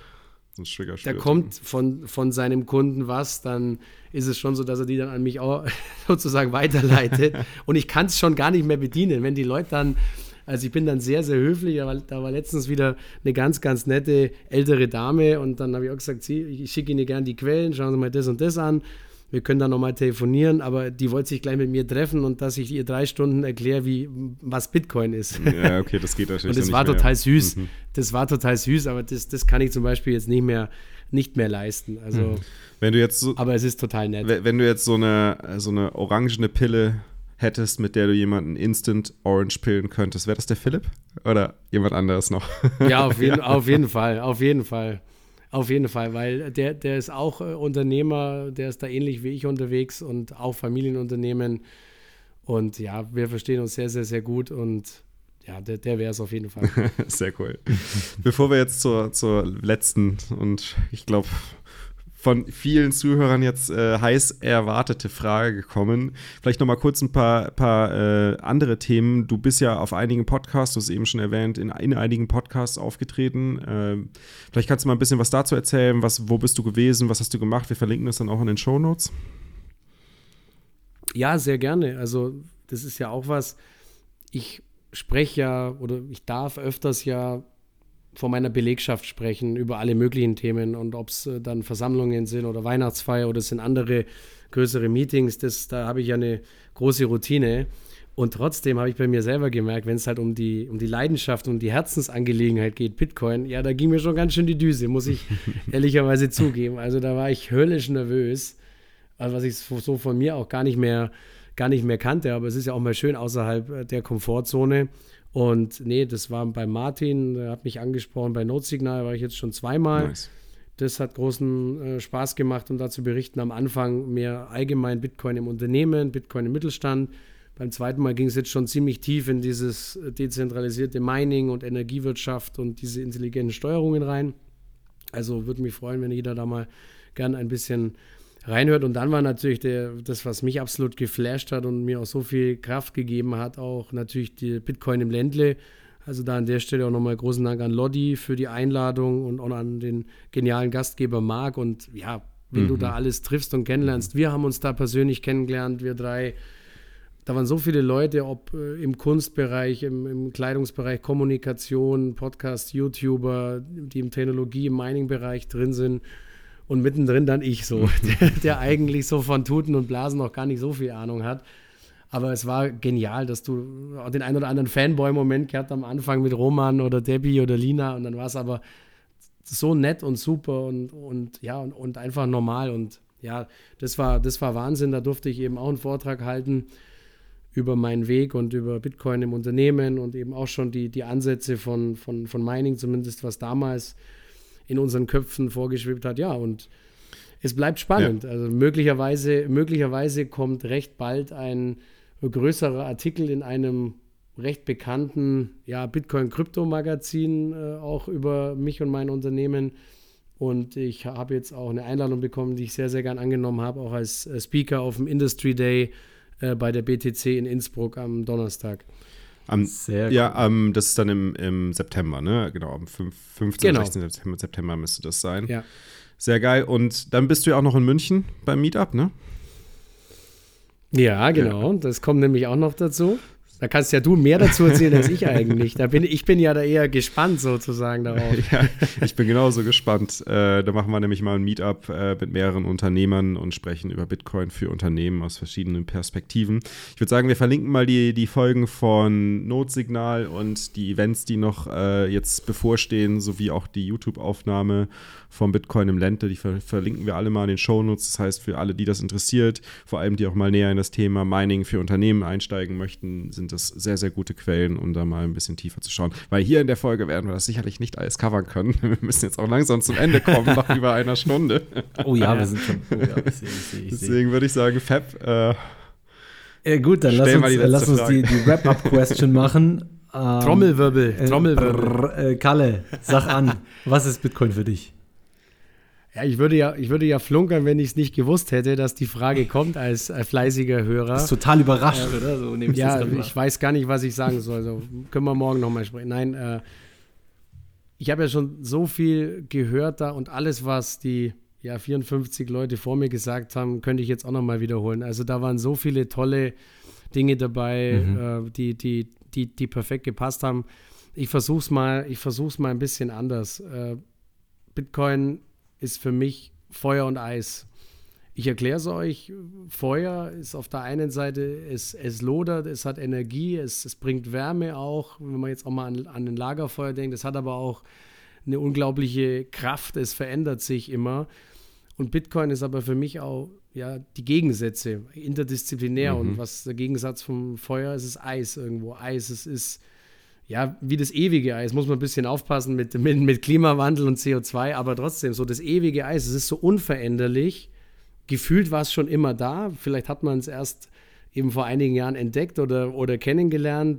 da kommt von seinem Kunden was, dann ist es schon so, dass er die dann an mich auch sozusagen weiterleitet und ich kann es schon gar nicht mehr bedienen, wenn die Leute dann. Also ich bin dann sehr, sehr höflich, da war letztens wieder eine ganz, ganz nette ältere Dame und dann habe ich auch gesagt, ich schicke Ihnen gerne die Quellen, schauen Sie mal das und das an, wir können dann nochmal telefonieren, aber die wollte sich gleich mit mir treffen und dass ich ihr 3 Stunden erkläre, was Bitcoin ist. Ja, okay, das geht natürlich und das war total süß, das war total süß, aber das kann ich zum Beispiel jetzt nicht mehr leisten, also, wenn du jetzt aber es ist total nett. Wenn du jetzt so eine orangene Pille hättest, mit der du jemanden instant Orange pillen könntest, wäre das der Philipp oder jemand anderes noch? Ja, auf jeden Fall, weil der ist auch Unternehmer, der ist da ähnlich wie ich unterwegs und auch Familienunternehmen und ja, wir verstehen uns sehr, sehr, sehr gut und ja, der wäre es auf jeden Fall. Sehr cool. Bevor wir jetzt zur letzten und ich glaube von vielen Zuhörern jetzt heiß erwartete Frage gekommen. Vielleicht noch mal kurz ein paar andere Themen. Du bist ja auf einigen Podcasts, du hast eben schon erwähnt, in einigen Podcasts aufgetreten. Vielleicht kannst du mal ein bisschen was dazu erzählen. Wo bist du gewesen? Was hast du gemacht? Wir verlinken das dann auch in den Shownotes. Ja, sehr gerne. Also das ist ja auch was, ich spreche ja oder ich darf öfters ja vor meiner Belegschaft sprechen über alle möglichen Themen und ob es dann Versammlungen sind oder Weihnachtsfeier oder es sind andere größere Meetings, da habe ich ja eine große Routine und trotzdem habe ich bei mir selber gemerkt, wenn es halt um die Leidenschaft und die Herzensangelegenheit geht, Bitcoin, ja, da ging mir schon ganz schön die Düse, muss ich ehrlicherweise zugeben. Also da war ich höllisch nervös, also was ich so von mir auch gar nicht mehr kannte, aber es ist ja auch mal schön außerhalb der Komfortzone. Und nee, das war bei Martin, der hat mich angesprochen, bei Notsignal war ich jetzt schon 2-mal. Nice. Das hat großen Spaß gemacht, um da zu berichten. Am Anfang mehr allgemein Bitcoin im Unternehmen, Bitcoin im Mittelstand. Beim 2. Mal ging es jetzt schon ziemlich tief in dieses dezentralisierte Mining und Energiewirtschaft und diese intelligenten Steuerungen rein. Also würde mich freuen, wenn jeder da mal gern ein bisschen reinhört. Und dann war natürlich das, was mich absolut geflasht hat und mir auch so viel Kraft gegeben hat, auch natürlich die Bitcoin im Ländle. Also da an der Stelle auch nochmal großen Dank an Lodi für die Einladung und auch an den genialen Gastgeber Marc. Und ja, wenn du da alles triffst und kennenlernst, wir haben uns da persönlich kennengelernt, wir drei. Da waren so viele Leute, ob im Kunstbereich, im Kleidungsbereich, Kommunikation, Podcast, YouTuber, die im Technologie-, im Mining-Bereich drin sind. Und mittendrin dann ich so, der eigentlich so von Tuten und Blasen noch gar nicht so viel Ahnung hat. Aber es war genial, dass du auch den einen oder anderen Fanboy-Moment gehabt am Anfang mit Roman oder Debbie oder Lina. Und dann war es aber so nett und super und einfach normal. Und ja, das war Wahnsinn. Da durfte ich eben auch einen Vortrag halten über meinen Weg und über Bitcoin im Unternehmen und eben auch schon die Ansätze von Mining, zumindest was damals in unseren Köpfen vorgeschwebt hat. Ja, und es bleibt spannend. Ja. Also möglicherweise kommt recht bald ein größerer Artikel in einem recht bekannten Bitcoin-Krypto-Magazin auch über mich und mein Unternehmen. Und ich habe jetzt auch eine Einladung bekommen, die ich sehr, sehr gern angenommen habe, auch als Speaker auf dem Industry Day bei der BTC in Innsbruck am Donnerstag. Sehr cool. Das ist dann im September, ne? Genau, am 15. Genau. 16. September müsste das sein. Ja. Sehr geil. Und dann bist du ja auch noch in München beim Meetup, ne? Ja, genau. Ja. Das kommt nämlich auch noch dazu. Da kannst ja du mehr dazu erzählen als ich eigentlich. Ich bin ja da eher gespannt sozusagen darauf. Ja, ich bin genauso gespannt. Da machen wir nämlich mal ein Meetup mit mehreren Unternehmern und sprechen über Bitcoin für Unternehmen aus verschiedenen Perspektiven. Ich würde sagen, wir verlinken mal die Folgen von Notsignal und die Events, die noch jetzt bevorstehen, sowie auch die YouTube-Aufnahme vom Bitcoin im Ländle. Die verlinken wir alle mal in den Shownotes. Das heißt, für alle, die das interessiert, vor allem die auch mal näher in das Thema Mining für Unternehmen einsteigen möchten, sind das sehr, sehr gute Quellen, um da mal ein bisschen tiefer zu schauen. Weil hier in der Folge werden wir das sicherlich nicht alles covern können. Wir müssen jetzt auch langsam zum Ende kommen, nach über einer Stunde. Oh ja, wir sind schon. Oh ja, ich sehe. Deswegen würde ich sagen, Fab, gut, dann lass uns die Wrap-Up-Question machen. Trommelwirbel. Kalle, sag an, was ist Bitcoin für dich? Ja, ich würde ja flunkern, wenn ich es nicht gewusst hätte, dass die Frage kommt als fleißiger Hörer. Das ist total überrascht, oder? So nehme ich ich weiß gar nicht, was ich sagen soll. Also können wir morgen nochmal sprechen. Nein, ich habe ja schon so viel gehört da und alles, was die 54 Leute vor mir gesagt haben, könnte ich jetzt auch nochmal wiederholen. Also da waren so viele tolle Dinge dabei, die perfekt gepasst haben. Ich versuch's mal ein bisschen anders. Bitcoin ist für mich Feuer und Eis. Ich erkläre es euch. Feuer ist auf der einen Seite, es lodert, es hat Energie, es bringt Wärme auch, wenn man jetzt auch mal an ein Lagerfeuer denkt. Es hat aber auch eine unglaubliche Kraft, es verändert sich immer. Und Bitcoin ist aber für mich auch die Gegensätze, interdisziplinär. Und was der Gegensatz vom Feuer ist, ist Eis irgendwo. Eis, es ist wie das ewige Eis, muss man ein bisschen aufpassen mit Klimawandel und CO2, aber trotzdem, so das ewige Eis, es ist so unveränderlich. Gefühlt war es schon immer da, vielleicht hat man es erst eben vor einigen Jahren entdeckt oder kennengelernt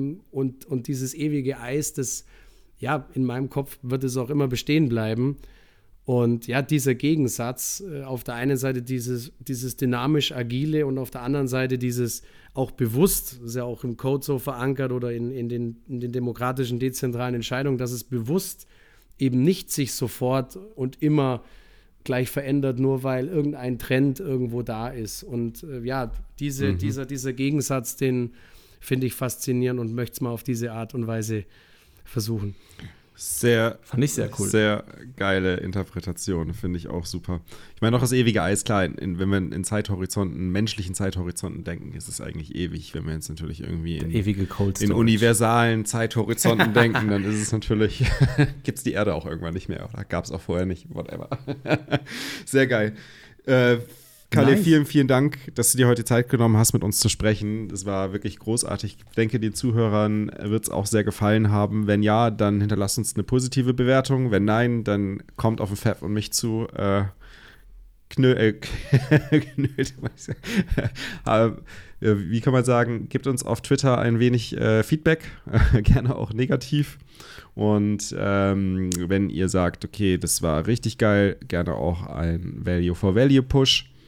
und dieses ewige Eis, das, in meinem Kopf wird es auch immer bestehen bleiben. Und dieser Gegensatz, auf der einen Seite dieses dynamisch Agile und auf der anderen Seite dieses auch bewusst, das ist ja auch im Code so verankert oder in den demokratischen, dezentralen Entscheidungen, dass es bewusst eben nicht sich sofort und immer gleich verändert, nur weil irgendein Trend irgendwo da ist. Und dieser Gegensatz, den finde ich faszinierend und möchte es mal auf diese Art und Weise versuchen. Fand ich sehr cool. Sehr geile Interpretation, finde ich auch super. Ich meine auch das ewige Eis, klar, wenn wir in Zeithorizonten, menschlichen Zeithorizonten denken, ist es eigentlich ewig. Wenn wir jetzt natürlich irgendwie in universalen Zeithorizonten denken, dann ist es natürlich, gibt es die Erde auch irgendwann nicht mehr. Oder gab es auch vorher nicht, whatever. Sehr geil. Kalle, nice. Vielen, vielen Dank, dass du dir heute Zeit genommen hast, mit uns zu sprechen. Das war wirklich großartig. Ich denke, den Zuhörern wird es auch sehr gefallen haben. Wenn ja, dann hinterlasst uns eine positive Bewertung. Wenn nein, dann kommt auf den Fab und mich zu. Wie kann man sagen, gebt uns auf Twitter ein wenig Feedback, gerne auch negativ. Und wenn ihr sagt, okay, das war richtig geil, gerne auch ein Value-for-Value-Push.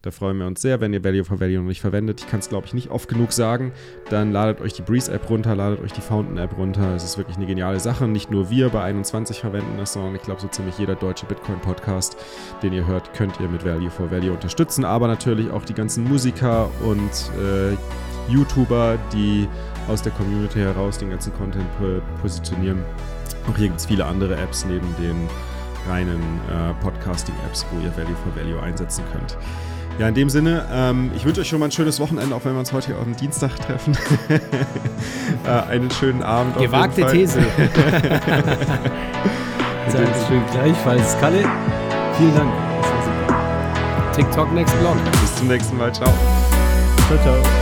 Da freuen wir uns sehr, wenn ihr Value for Value noch nicht verwendet. Ich kann es, glaube ich, nicht oft genug sagen. Dann ladet euch die Breeze-App runter, ladet euch die Fountain-App runter. Es ist wirklich eine geniale Sache. Nicht nur wir bei 21 verwenden das, sondern ich glaube, so ziemlich jeder deutsche Bitcoin-Podcast, den ihr hört, könnt ihr mit Value for Value unterstützen. Aber natürlich auch die ganzen Musiker und YouTuber, die aus der Community heraus den ganzen Content positionieren. Auch hier gibt es viele andere Apps neben den reinen Podcasting-Apps, wo ihr Value for Value einsetzen könnt. Ja, in dem Sinne, ich wünsche euch schon mal ein schönes Wochenende, auch wenn wir uns heute hier auf dem Dienstag treffen. Einen schönen Abend. Gewagte These. Dankeschön, gleichfalls. Kalle, vielen Dank. Das war super. TikTok Next Blog. Bis zum nächsten Mal. Ciao. Ciao, ciao.